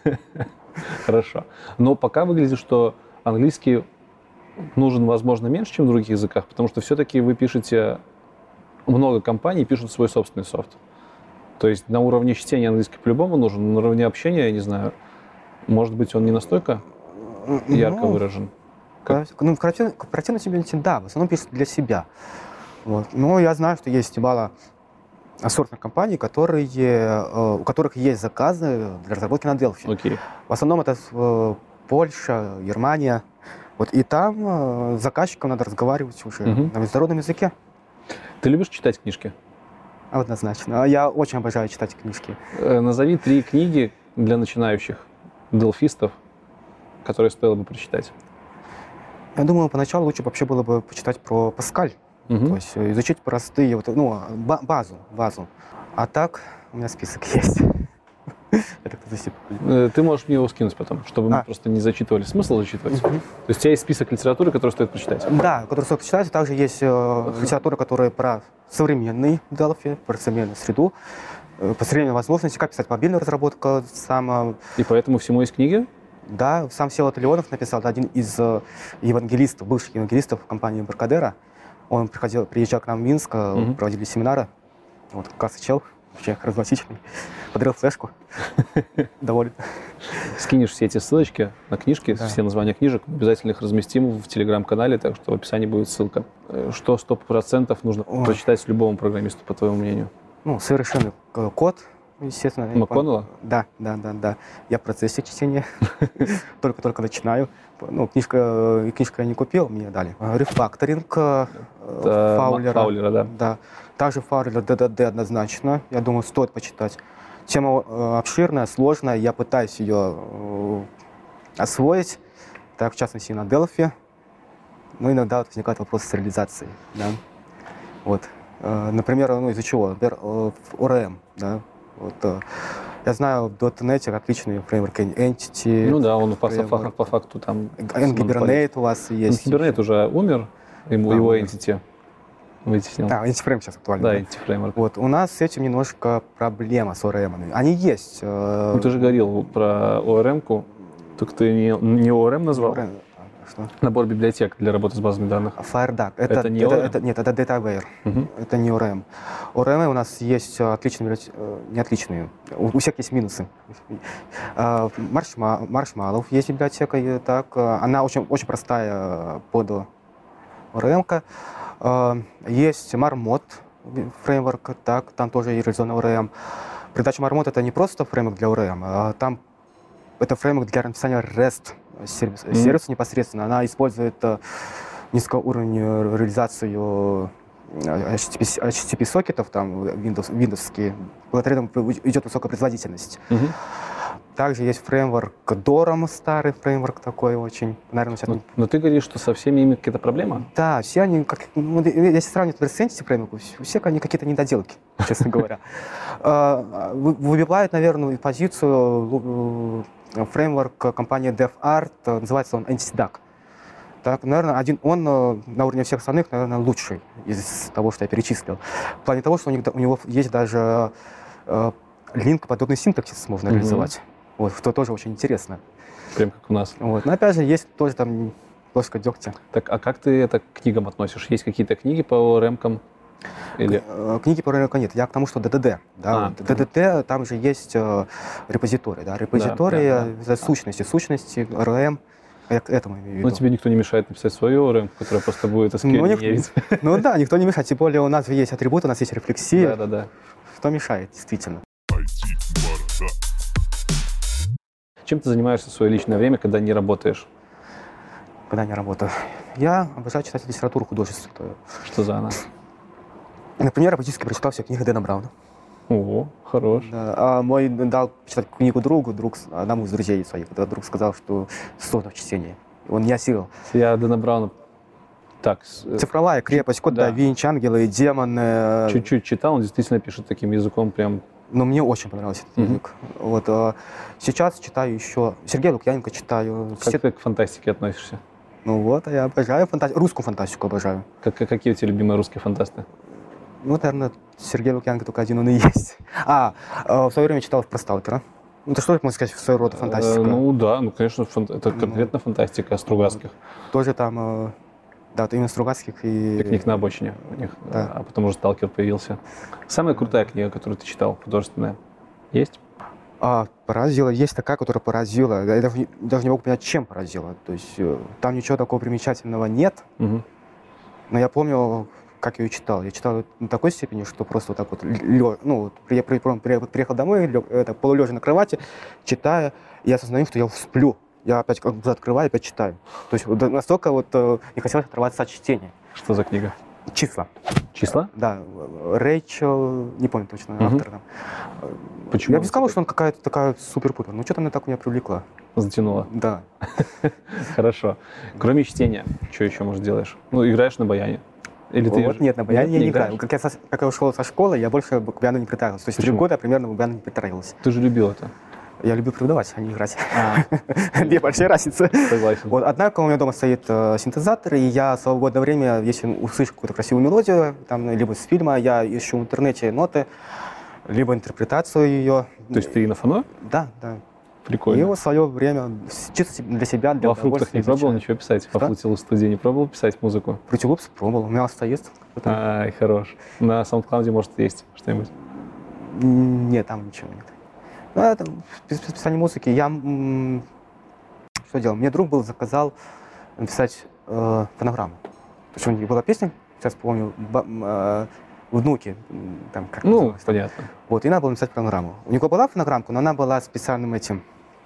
Хорошо. Но пока выглядит, что английский нужен, возможно, меньше, чем в других языках, потому что все-таки вы пишете, много компаний пишут свой собственный софт. То есть на уровне чтения английский по-любому нужен, но на уровне общения, я не знаю, может быть, он не настолько ярко Ну, выражен. Как- Ну, в корпоративном в корпоративном сегменте, да, в основном пишут для себя. Вот. Но я знаю, что есть немало сортных компаний, которые, э, у которых есть заказы для разработки на Delphi. Окей. В основном это э, Польша, Германия. Вот. И там э, с заказчиком надо разговаривать уже Мгм. на международном языке. Ты любишь читать книжки? Однозначно. А Я очень обожаю читать книжки. Э, Назови три книги для начинающих делфистов, которые стоило бы прочитать. Я думаю, поначалу лучше вообще было бы почитать про Паскаль. Мгм. То есть э, изучить простые, вот, ну, ба- базу, базу. А так у меня список есть. Это кто-то себе купил. Э, Ты можешь мне его скинуть потом, чтобы мы А. просто не зачитывали. Смысл зачитывать? То есть у тебя есть список литературы, которую стоит почитать? Да, который стоит читать. Также есть э, литература, которая про современный Delphi, про современную среду, э, по современной возможности, как писать мобильную разработку. Сам, э, И поэтому всему есть книги? да, сам Всеволод Леонов написал, это один из э, евангелистов, бывших евангелистов компании Баркадера. Он приходил, приезжал к нам в Минск, э, Мгм. проводили семинары. Вот как раз и чел, вообще харизматичный, подарил флешку. Доволен. Скинешь все эти ссылочки на книжки, Да. все названия книжек, обязательно их разместим в телеграм-канале, так что в описании будет ссылка. Э, Что сто процентов нужно Ой. прочитать любому программисту, по твоему мнению? Ну, совершенный э, код, естественно. МакКоннелла? Да, да, да, да. Я в процессе чтения. Только-только начинаю. Ну, книжка, э, книжку я не купил, мне дали. Э, Рефакторинг э, Это Фаулера. Фаулера, да. Да. Также Фаулера ди ди ди однозначно. Я думаю, стоит почитать. Тема э, обширная, сложная. Я пытаюсь ее э, освоить. Так, в частности, на Delphi. Но иногда вот возникает вопрос с реализацией. Да? Вот. Э, Например, ну, из-за чего? Например, э, в о эр эм. Да? Вот, э, Я знаю, в .дот нет отличный фреймворк Entity. Ну да, он по, по, по факту там... Hibernate у вас есть. Hibernate уже умер, ему, а, его умер. Entity вытеснил. Да, Entity сейчас актуально. Да, Entity Framework. Вот, у нас с этим немножко проблема с о эр эм. Они есть. Ну, ты же говорил про о эр эм-ку, только ты не, не о эр эм назвал. о эр эм. Что? Набор библиотек для работы с базами данных. FireDuck. Это, это не это, о эр эм? Это, нет, это DataAware. Uh-huh. Это не о эр эм. о эр эм у нас есть отличные, не отличные. У, у всех есть минусы. Marshmallow есть библиотека. Так, она очень, очень простая под о эр эм. Есть Marmot фреймворк. Так, там тоже реализован о эр эм. Передача Marmot это не просто фреймворк для о эр эм, а там это фреймворк для написания REST сервиса mm-hmm. непосредственно. Она использует uh, низкоуровневую реализацию эйч ти ти пи, пи сокетов, там, Windows, Windows-ские. Благодаря этому идет высокая производительность. Mm-hmm. Также есть фреймворк Dorm, старый фреймворк такой очень. Наверное, сейчас... но, но ты говоришь, что со всеми ими какая-то проблема? Да, все они, как, ну, если сравнивать с Entity фреймворком, все они какие-то недоделки, честно говоря. Выбивает, наверное, позицию фреймворк компании DevArt, называется он EntityDuck. Так, наверное, один он на уровне всех остальных, наверное, лучший из того, что я перечислил. В плане того, что у, них, у него есть даже э, линк, подобный синтаксис можно mm-hmm. реализовать. Вот, что тоже очень интересно. Прям как у нас. Вот. Но опять же, есть тоже там ложка дегтя. Так, а как ты это к книгам относишь? Есть какие-то книги по о эр эм-кам? Или... Книги по о эр эм нет. Я к тому, что ди ди ди. Да? А, ди ди ди, там же есть э, репозиторий. Да? Репозиторий, да, да, да. сущности. Сущности, о эр эм. Я к этому имею в виду. Но тебе никто не мешает написать свою о эр эм, которая просто будет эскьюэль. Ну, ну да, никто не мешает. Тем более у нас есть атрибуты, у нас есть рефлексия. Да, да, да. Что мешает, действительно. Чем ты занимаешься в свое личное время, когда не работаешь? Когда не работаю? Я обожаю читать литературу художественную. Что за она? Например, я практически прочитал все книги Дэна Брауна. О, хорош. Да. А мой дал читать книгу другу, друг, одному из друзей своих. Когда друг сказал, что сложно в чтении. Он не осилил. Я Дэна Брауна так... «Цифровая крепость», «Код да Винчи», «Ангелы и демоны». Чуть-чуть читал, он действительно пишет таким языком прям... Но мне очень понравился этот mm-hmm. язык. Вот, а, сейчас читаю еще... Сергея Лукьяненко читаю. Как Все... ты к фантастике относишься? Ну вот, я обожаю фантастику. Русскую фантастику обожаю. Как, какие у тебя любимые русские фантасты? Ну, наверное, Сергей Лукьяненко только один он и есть. А, в свое время читал про Сталкера. Ну, это что можно сказать, в своего рода фантастика? Ну да, ну конечно, фан... это конкретно ну, фантастика Стругацких. Тоже там, да, именно Стругацких и... Пикник на обочине у них, да. А потом уже Сталкер появился. Самая крутая книга, которую ты читал, художественная, есть? А, поразила, есть такая, которая поразила. Я даже не, даже не могу понять, чем поразила. То есть там ничего такого примечательного нет. Угу. Но я помню, как я ее читал. Я читал на такой степени, что просто вот так вот, лё, ну, вот, при, при, при, приехал домой, лё, это, полулежа на кровати, читая, и я осознаю, что я сплю. Я опять глаза открываю, опять читаю. То есть вот, настолько вот не хотелось оторваться от чтения. Что за книга? «Числа». «Числа»? Да. Рэйчел, не помню точно, угу. автор там. Почему? Я бы сказал, что она какая-то такая супер-пупер. Ну, что-то она так меня привлекла. Затянула? Да. Хорошо. Кроме чтения, что еще, может, делаешь? Ну, играешь на баяне? Или вот, ты... Нет, на баяне я не играю. Как я, со, как я ушел со школы, я больше к баяну не притаивался. То есть три года я примерно к баяну не притаивался. Ты же любил это? Я люблю преподавать, а не играть. Две большие разницы. Согласен. Вот, однако у меня дома стоит э, синтезатор, и я в свободное время, если услышу какую-то красивую мелодию, там, либо с фильма, я ищу в интернете ноты, либо интерпретацию ее. То есть ты и на фоно? Да, да. Прикольно. И в свое время чисто для себя, для Во фруктах не пробовал ничего писать? Во Fruity студии не пробовал писать музыку? Fruity Loops пробовал, у меня стоит. Ай, хорош. На SoundCloud, может, есть что-нибудь? Нет, там ничего нет. Ну, это писание музыки. Я м- что делал? Мне друг был заказал написать э, фонограмму. То есть у него была песня, сейчас помню, ба- э, «Внуки». Там, как ну, понятно. Вот, и надо было написать фонограмму. У него была фонограммка, но она была специальным этим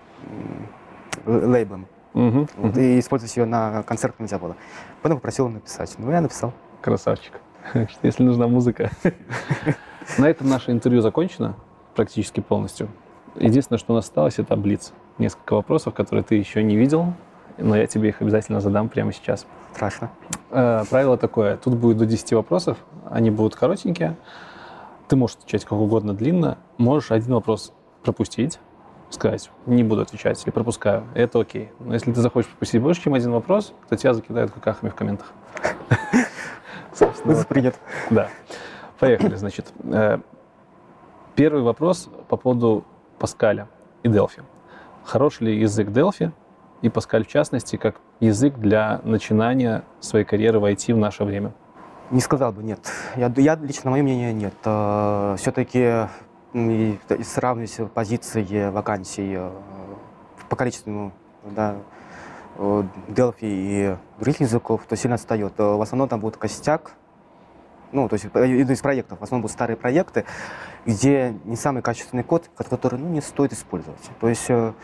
э, лейблом. Угу, вот, угу. И использовать ее на концерт нельзя было. Потом попросил его написать. Ну, я написал. Красавчик. Если нужна музыка. На этом наше интервью закончено практически полностью. Единственное, что у нас осталось, это блиц. Несколько вопросов, которые ты еще не видел, но я тебе их обязательно задам прямо сейчас. Страшно. Э, правило такое. Тут будет до десяти вопросов. Они будут коротенькие. Ты можешь отвечать как угодно длинно. Можешь один вопрос пропустить, сказать, не буду отвечать или пропускаю, это окей. Но если ты захочешь пропустить больше, чем один вопрос, то тебя закидают какахами в комментах. Вызов принят. Да. Поехали, значит. Первый вопрос по поводу Паскаля и Delphi. Хорош ли язык Delphi и Паскаль в частности, как язык для начинания своей карьеры в ай ти в наше время? Не сказал бы, нет. Я, я лично, мое мнение, нет. Все-таки сравнивать позиции вакансий по количеству, да, Delphi и других языков, то сильно отстает. В основном там будет костяк, ну, то есть из проектов, в основном будут старые проекты, где не самый качественный код, который, ну, не стоит использовать. То есть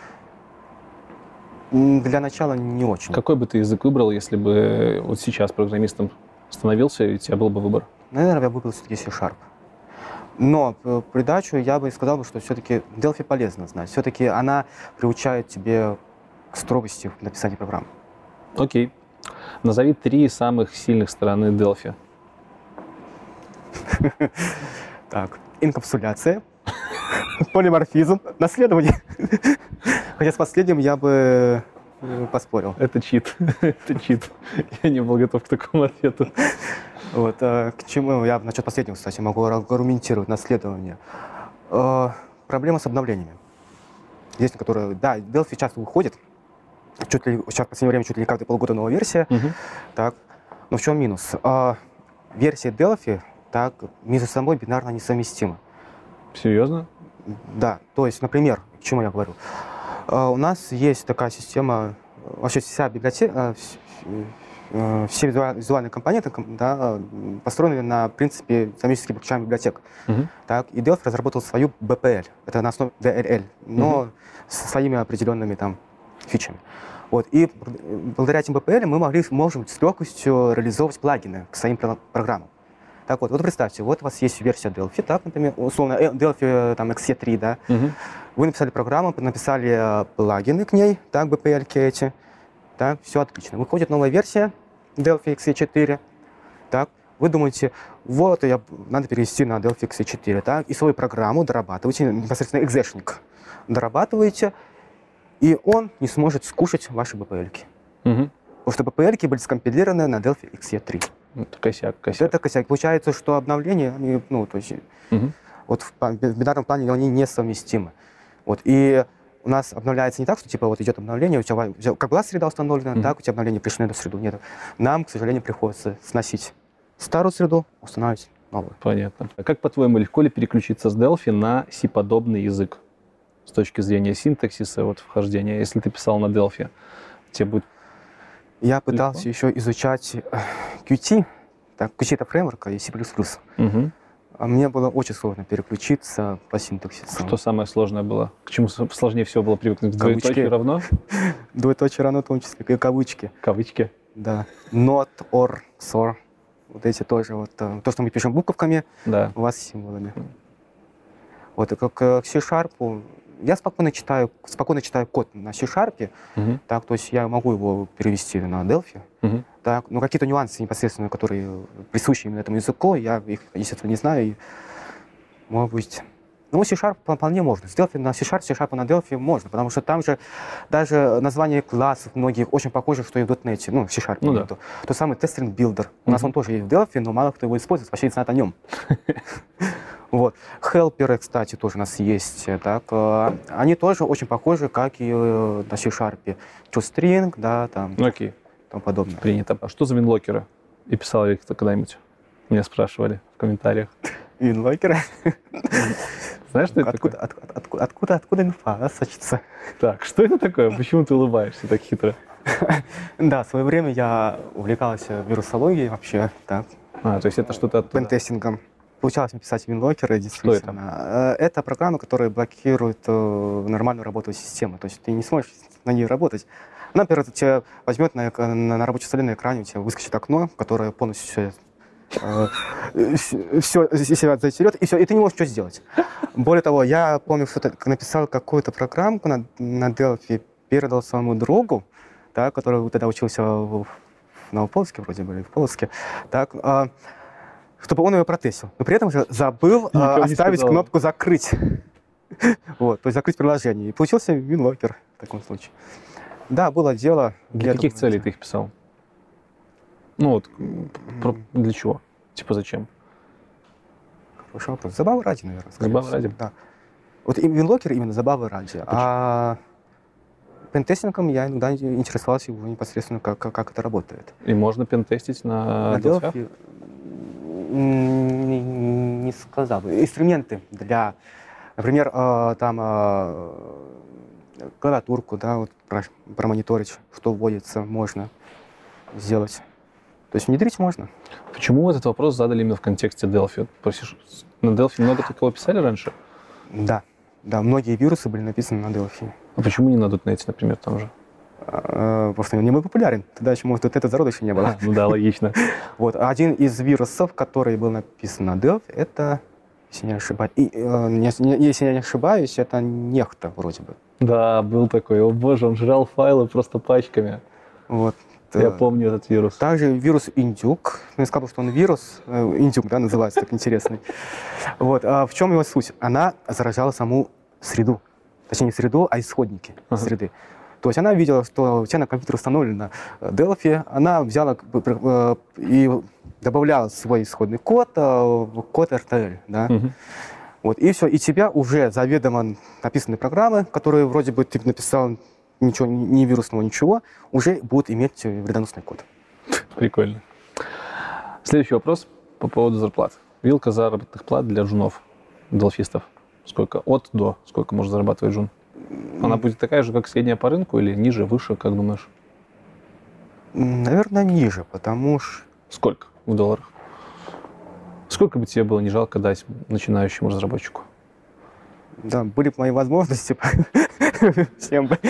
для начала не очень. Какой бы ты язык выбрал, если бы вот сейчас программистом становился, и у тебя был бы выбор? Наверное, я выбрал все-таки C-Sharp. Но в придачу я бы сказал, что все-таки Delphi полезно знать. Все-таки она приучает тебе к строгости в написании программ. Окей. Назови три самых сильных стороны Delphi. Так, инкапсуляция, полиморфизм, наследование. Хотя с последним я бы поспорил. Это чит. Это чит. Я не был готов к такому ответу. Вот, к чему я насчет последнего, кстати, могу аргументировать наследование. Проблема с обновлениями. Есть, которые, да, Delphi часто выходит, чуть ли, сейчас в последнее время чуть ли не каждые полгода новая версия, uh-huh. так, но в чем минус? Версия Delphi так между собой бинарно несовместимы. Серьезно? Да, то есть, например, к чему я говорю? У нас есть такая система, вообще вся библиотека, все визуальные компоненты, да, построены на принципе динамически обучаемых библиотек. Uh-huh. Так, и Delphi разработал свою би пи эл, это на основе ди эл эл, но uh-huh. со своими определенными там фичами. Вот, и благодаря этим би пи эл мы могли, можем с легкостью реализовывать плагины к своим программам. Так вот, вот представьте, вот у вас есть версия Delphi, так, например, условно, Delphi там, икс и три, да. Uh-huh. Вы написали программу, написали плагины к ней, так, би пи эл-ки эти, так, все отлично. Выходит новая версия Delphi икс и четыре, так, вы думаете, вот, я, надо перевести на Delphi икс и четыре, так, и свою программу дорабатываете, непосредственно экзешник дорабатываете, и он не сможет скушать ваши би пи эл-ки. Uh-huh. Потому что би пи эл-ки были скомпилированы на Delphi икс и три. Это косяк, косяк. Это косяк. Получается, что обновления, они, ну, то есть, uh-huh. вот в, в бинарном плане они несовместимы. Вот, и у нас обновляется не так, что типа вот идет обновление, у тебя, у тебя как была среда установлена, uh-huh. так у тебя обновление пришло на эту среду. Нет. Нам, к сожалению, приходится сносить старую среду, устанавливать новую. Понятно. А как, по-твоему, легко ли переключиться с Delphi на C-подобный язык с точки зрения синтаксиса, вот, вхождения? Если ты писал на Delphi, тебе будет Я пытался легко? еще изучать кью ти, так, кью ти это фреймворк и C++. Uh-huh. А мне было очень сложно переключиться по синтаксису. Что самое сложное было? К чему сложнее всего было привыкнуть? К двоеточию равно? Двоеточие равно, в том числе, и кавычки. Кавычки? Да. Not, or, so. Вот эти тоже. Вот, то, что мы пишем буковками, да. У вас символами. Вот, и как к C-Sharp, я спокойно читаю, спокойно читаю код на C-Sharp, uh-huh. так, то есть я могу его перевести на Delphi, uh-huh. так, но какие-то нюансы непосредственно, которые присущи именно этому языку, я их, естественно, не знаю, и, может быть, ну, C-Sharp вполне можно, с Delphi на C-Sharp, C-Sharp на Delphi можно, потому что там же даже название классов многих очень похоже, что и в .дот нет, ну, в C-Sharp. Ну, да. Тот самый Testing Builder, у uh-huh. нас он тоже есть в Delphi, но мало кто его использует, вообще не знает о нем. Вот. Хелперы, кстати, тоже у нас есть. Так, они тоже очень похожи, как и на C-Sharp. ToString, да, там, okay. тому подобное. Принято. А что за винлокеры? И писал ли их когда-нибудь? Меня спрашивали в комментариях. Винлокеры? Знаешь, что это откуда, такое? От, откуда, откуда, откуда инфа да, сочится? Так, что это такое? Почему ты улыбаешься так хитро? Да, в свое время я увлекался вирусологией вообще. Так. А, то есть это что-то оттуда? Пентестингом. Получалось написать винлокеры, действительно. Что это? Это программа, которая блокирует э, нормальную работу системы. То есть ты не сможешь на ней работать. Она, например, тебя возьмет на, на, на рабочем столе на экране, у тебя выскочит окно, которое полностью э, все из себя затерет, и все, и ты не можешь ничего сделать. Более того, я помню, что написал какую-то программку на, на Delphi, передал своему другу, да, который тогда учился в, в Новополоцке, вроде бы, или в Полоцке, так, э, чтобы он ее протестил. Но при этом же забыл э, оставить кнопку «Закрыть». Вот, то есть закрыть приложение. И получился WinLocker в таком случае. Да, было дело. Для каких целей ты их писал? Ну вот, про, для чего? Типа зачем? Хороший вопрос. Забавы ради, наверное. Забавы ради? Да. Вот WinLocker именно забавы ради. Почему? А пентестингом я иногда интересовался его непосредственно, как, как это работает. И можно пентестить на, на Delphi? Не, не сказал бы. Инструменты для, например, там клавиатурку, да, вот промониторить, что вводится, можно сделать. То есть внедрить можно. Почему этот вопрос задали именно в контексте Delphi? На Delphi много такого писали раньше? Да, да, многие вирусы были написаны на Delphi. А почему не на .дот нет, например, там же? А, просто он не был популярен. Тогда еще, может, вот это зародыше не было. А, ну да, логично. Вот, один из вирусов, который был написан на Delphi, это, если не ошибаюсь, и, э, если я не ошибаюсь, это Нехта вроде бы. Да, был такой. О боже, он жрал файлы просто пачками. Вот. Я помню этот вирус. Также вирус Индюк. Я сказал, что он вирус. Индюк, да, называется, так интересный. Вот. А в чем его суть? Она заражала саму среду. Точнее, не среду, а исходники ага. среды. То есть она видела, что у тебя на компьютере установлено Delphi, она взяла и добавляла свой исходный код в код эр ти эл. Да? Угу. Вот, и все. И тебя уже заведомо написанные программы, которые вроде бы ты написал ничего, ни вирусного, ничего, уже будут иметь вредоносный код. Прикольно. Следующий вопрос по поводу зарплат. Вилка заработных плат для джунов, делфистов. Сколько? От до. Сколько может зарабатывать джун? Она будет такая же, как средняя по рынку, или ниже, выше, как думаешь? Наверное, ниже, потому что... Сколько в долларах? Сколько бы тебе было не жалко дать начинающему разработчику? Да, были бы мои возможности, всем бы.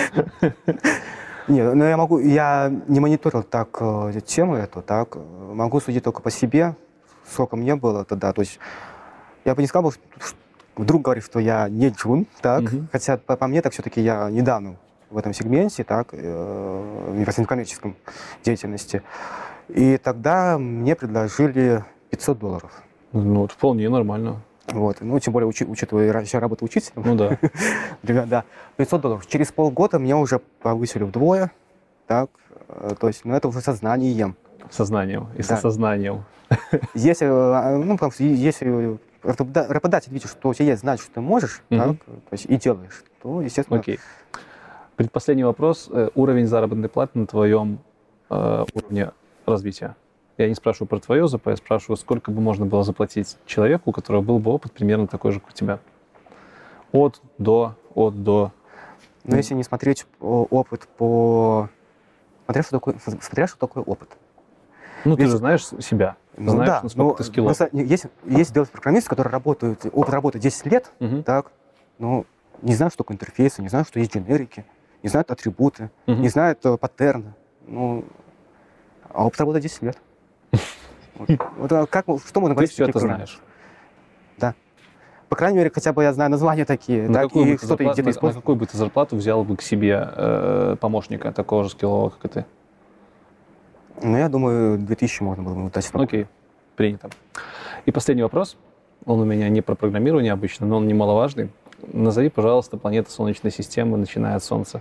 Нет, но я могу, я не мониторил так тему эту, так, могу судить только по себе, сколько мне было тогда, то есть я бы не сказал, что вдруг говорит, что я не джун, так, mm-hmm. хотя по, по мне так все-таки я недавно в этом сегменте, так, э, непосредственно в коммерческом деятельности, и тогда мне предложили пятьсот долларов. Ну, это вполне нормально. Вот, ну, тем более, учи, учитывая, я работаю учителем. Ну да. Да, пятьсот долларов. Через полгода меня уже повысили вдвое, так, то есть, ну, это уже сознанием. Сознанием и да. со сознанием. Если, ну, потому что если работодатель видит, что у тебя есть знать, что ты можешь, mm-hmm. так, то есть, и делаешь, то, естественно... Окей. Предпоследний вопрос. Уровень заработной платы на твоем э, уровне развития. Я не спрашиваю про твое ЗП, я спрашиваю, сколько бы можно было заплатить человеку, у которого был бы опыт примерно такой же, как у тебя. От, до, от, до. Но если не смотреть опыт по... Смотря что такое, смотря что такое опыт. Ну, Ведь... ты же знаешь себя, ну, знаешь, да, насколько но, ты скиллов. Есть, есть делать-программисты, которые работают, опыт работы десять лет, uh-huh. так, но не знают, что такое интерфейсы, не знают, что есть дженерики, не знают атрибуты, uh-huh. не знают uh, паттерны. Ну, а опыт работы десять лет. Вот. Вот, как, что можно говорить? Ты все это знаешь. Да. По крайней мере, хотя бы я знаю названия такие, на так, и что-то зарплат, где-то используешь. На какую бы ты зарплату взял бы к себе э, помощника, такого же скиллового, как и ты? Ну, я думаю, две тысячи можно было бы дать. Окей, принято. И последний вопрос. Он у меня не про программирование обычно, но он немаловажный. Назови, пожалуйста, планеты Солнечной системы, начиная от Солнца.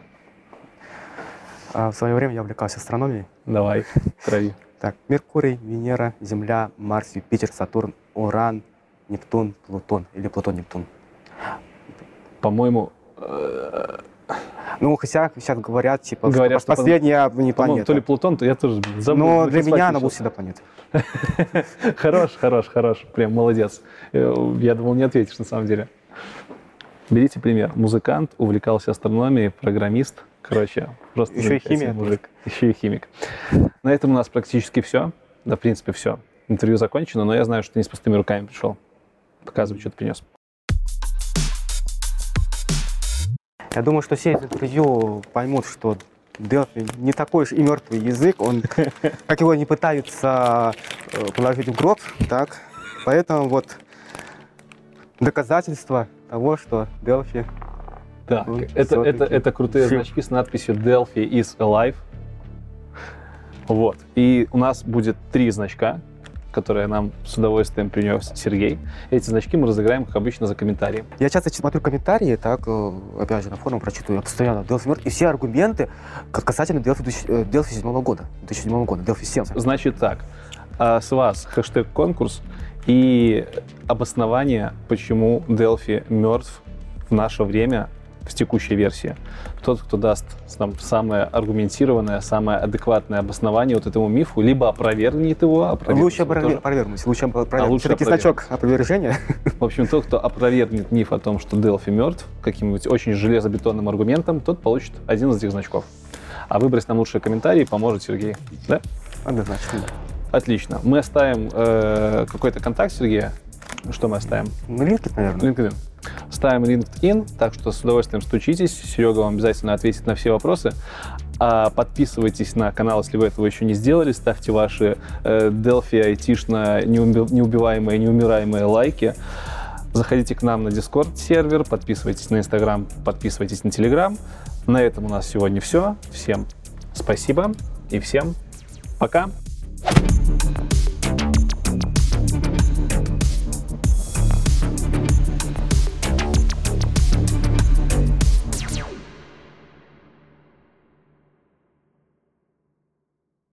А в свое время я увлекался астрономией. Давай, трави. Так, Меркурий, Венера, Земля, Марс, Юпитер, Сатурн, Уран, Нептун, Плутон. Или Плутон-Нептун. По-моему... Ну, хотя сейчас говорят, типа, говорят, что последняя не планета. То ли Плутон, то я тоже забыл. Но для меня она была всегда планета. Хорош, хорош, хорош. Прям молодец. Я думал, не ответишь на самом деле. Берите пример. Музыкант, увлекался астрономией, программист. Короче, просто еще и химик. Мужик. Еще и химик. На этом у нас практически все. Да, в принципе, все. Интервью закончено, но я знаю, что ты не с пустыми руками пришел. Показывай, что ты принес. Я думаю, что все из интервью поймут, что Delphi не такой уж и мертвый язык. Он, как его не пытаются положить в гроб, так. Поэтому вот доказательство того, что Delphi... Так, это, это, это крутые значки с надписью Delphi is alive. Вот. И у нас будет три значка, которые нам с удовольствием принес Сергей. Эти значки мы разыграем, как обычно, за комментарии. Я часто смотрю комментарии, так, опять же, на форум прочитываю, я постоянно Delphi мертв, и все аргументы касательно Delphi, Delphi седьмого года, две тысячи седьмого года, Delphi семь. Значит так, с вас хэштег конкурс и обоснование, почему Delphi мертв в наше время, в текущей версии. Тот, кто даст нам самое аргументированное, самое адекватное обоснование вот этому мифу, либо опровергнет его, опровергнет лучше опровергнуть, лучше опровергнуть. А лучше Все-таки значок опровержения. В общем, тот, кто опровергнет миф о том, что Delphi мертв, каким-нибудь очень железобетонным аргументом, тот получит один из этих значков. А выбрать нам лучшие комментарии поможет Сергей. Да? Однозначно. Отлично. Мы оставим э, какой-то контакт Сергея. Что мы оставим? Ну, LinkedIn, наверное. LinkedIn. Ставим LinkedIn, так что с удовольствием стучитесь. Серега вам обязательно ответит на все вопросы. А подписывайтесь на канал, если вы этого еще не сделали. Ставьте ваши э, Delphi айтишно неубиваемые, неумираемые лайки. Заходите к нам на Discord сервер, подписывайтесь на Instagram, подписывайтесь на Telegram. На этом у нас сегодня все. Всем спасибо и всем пока.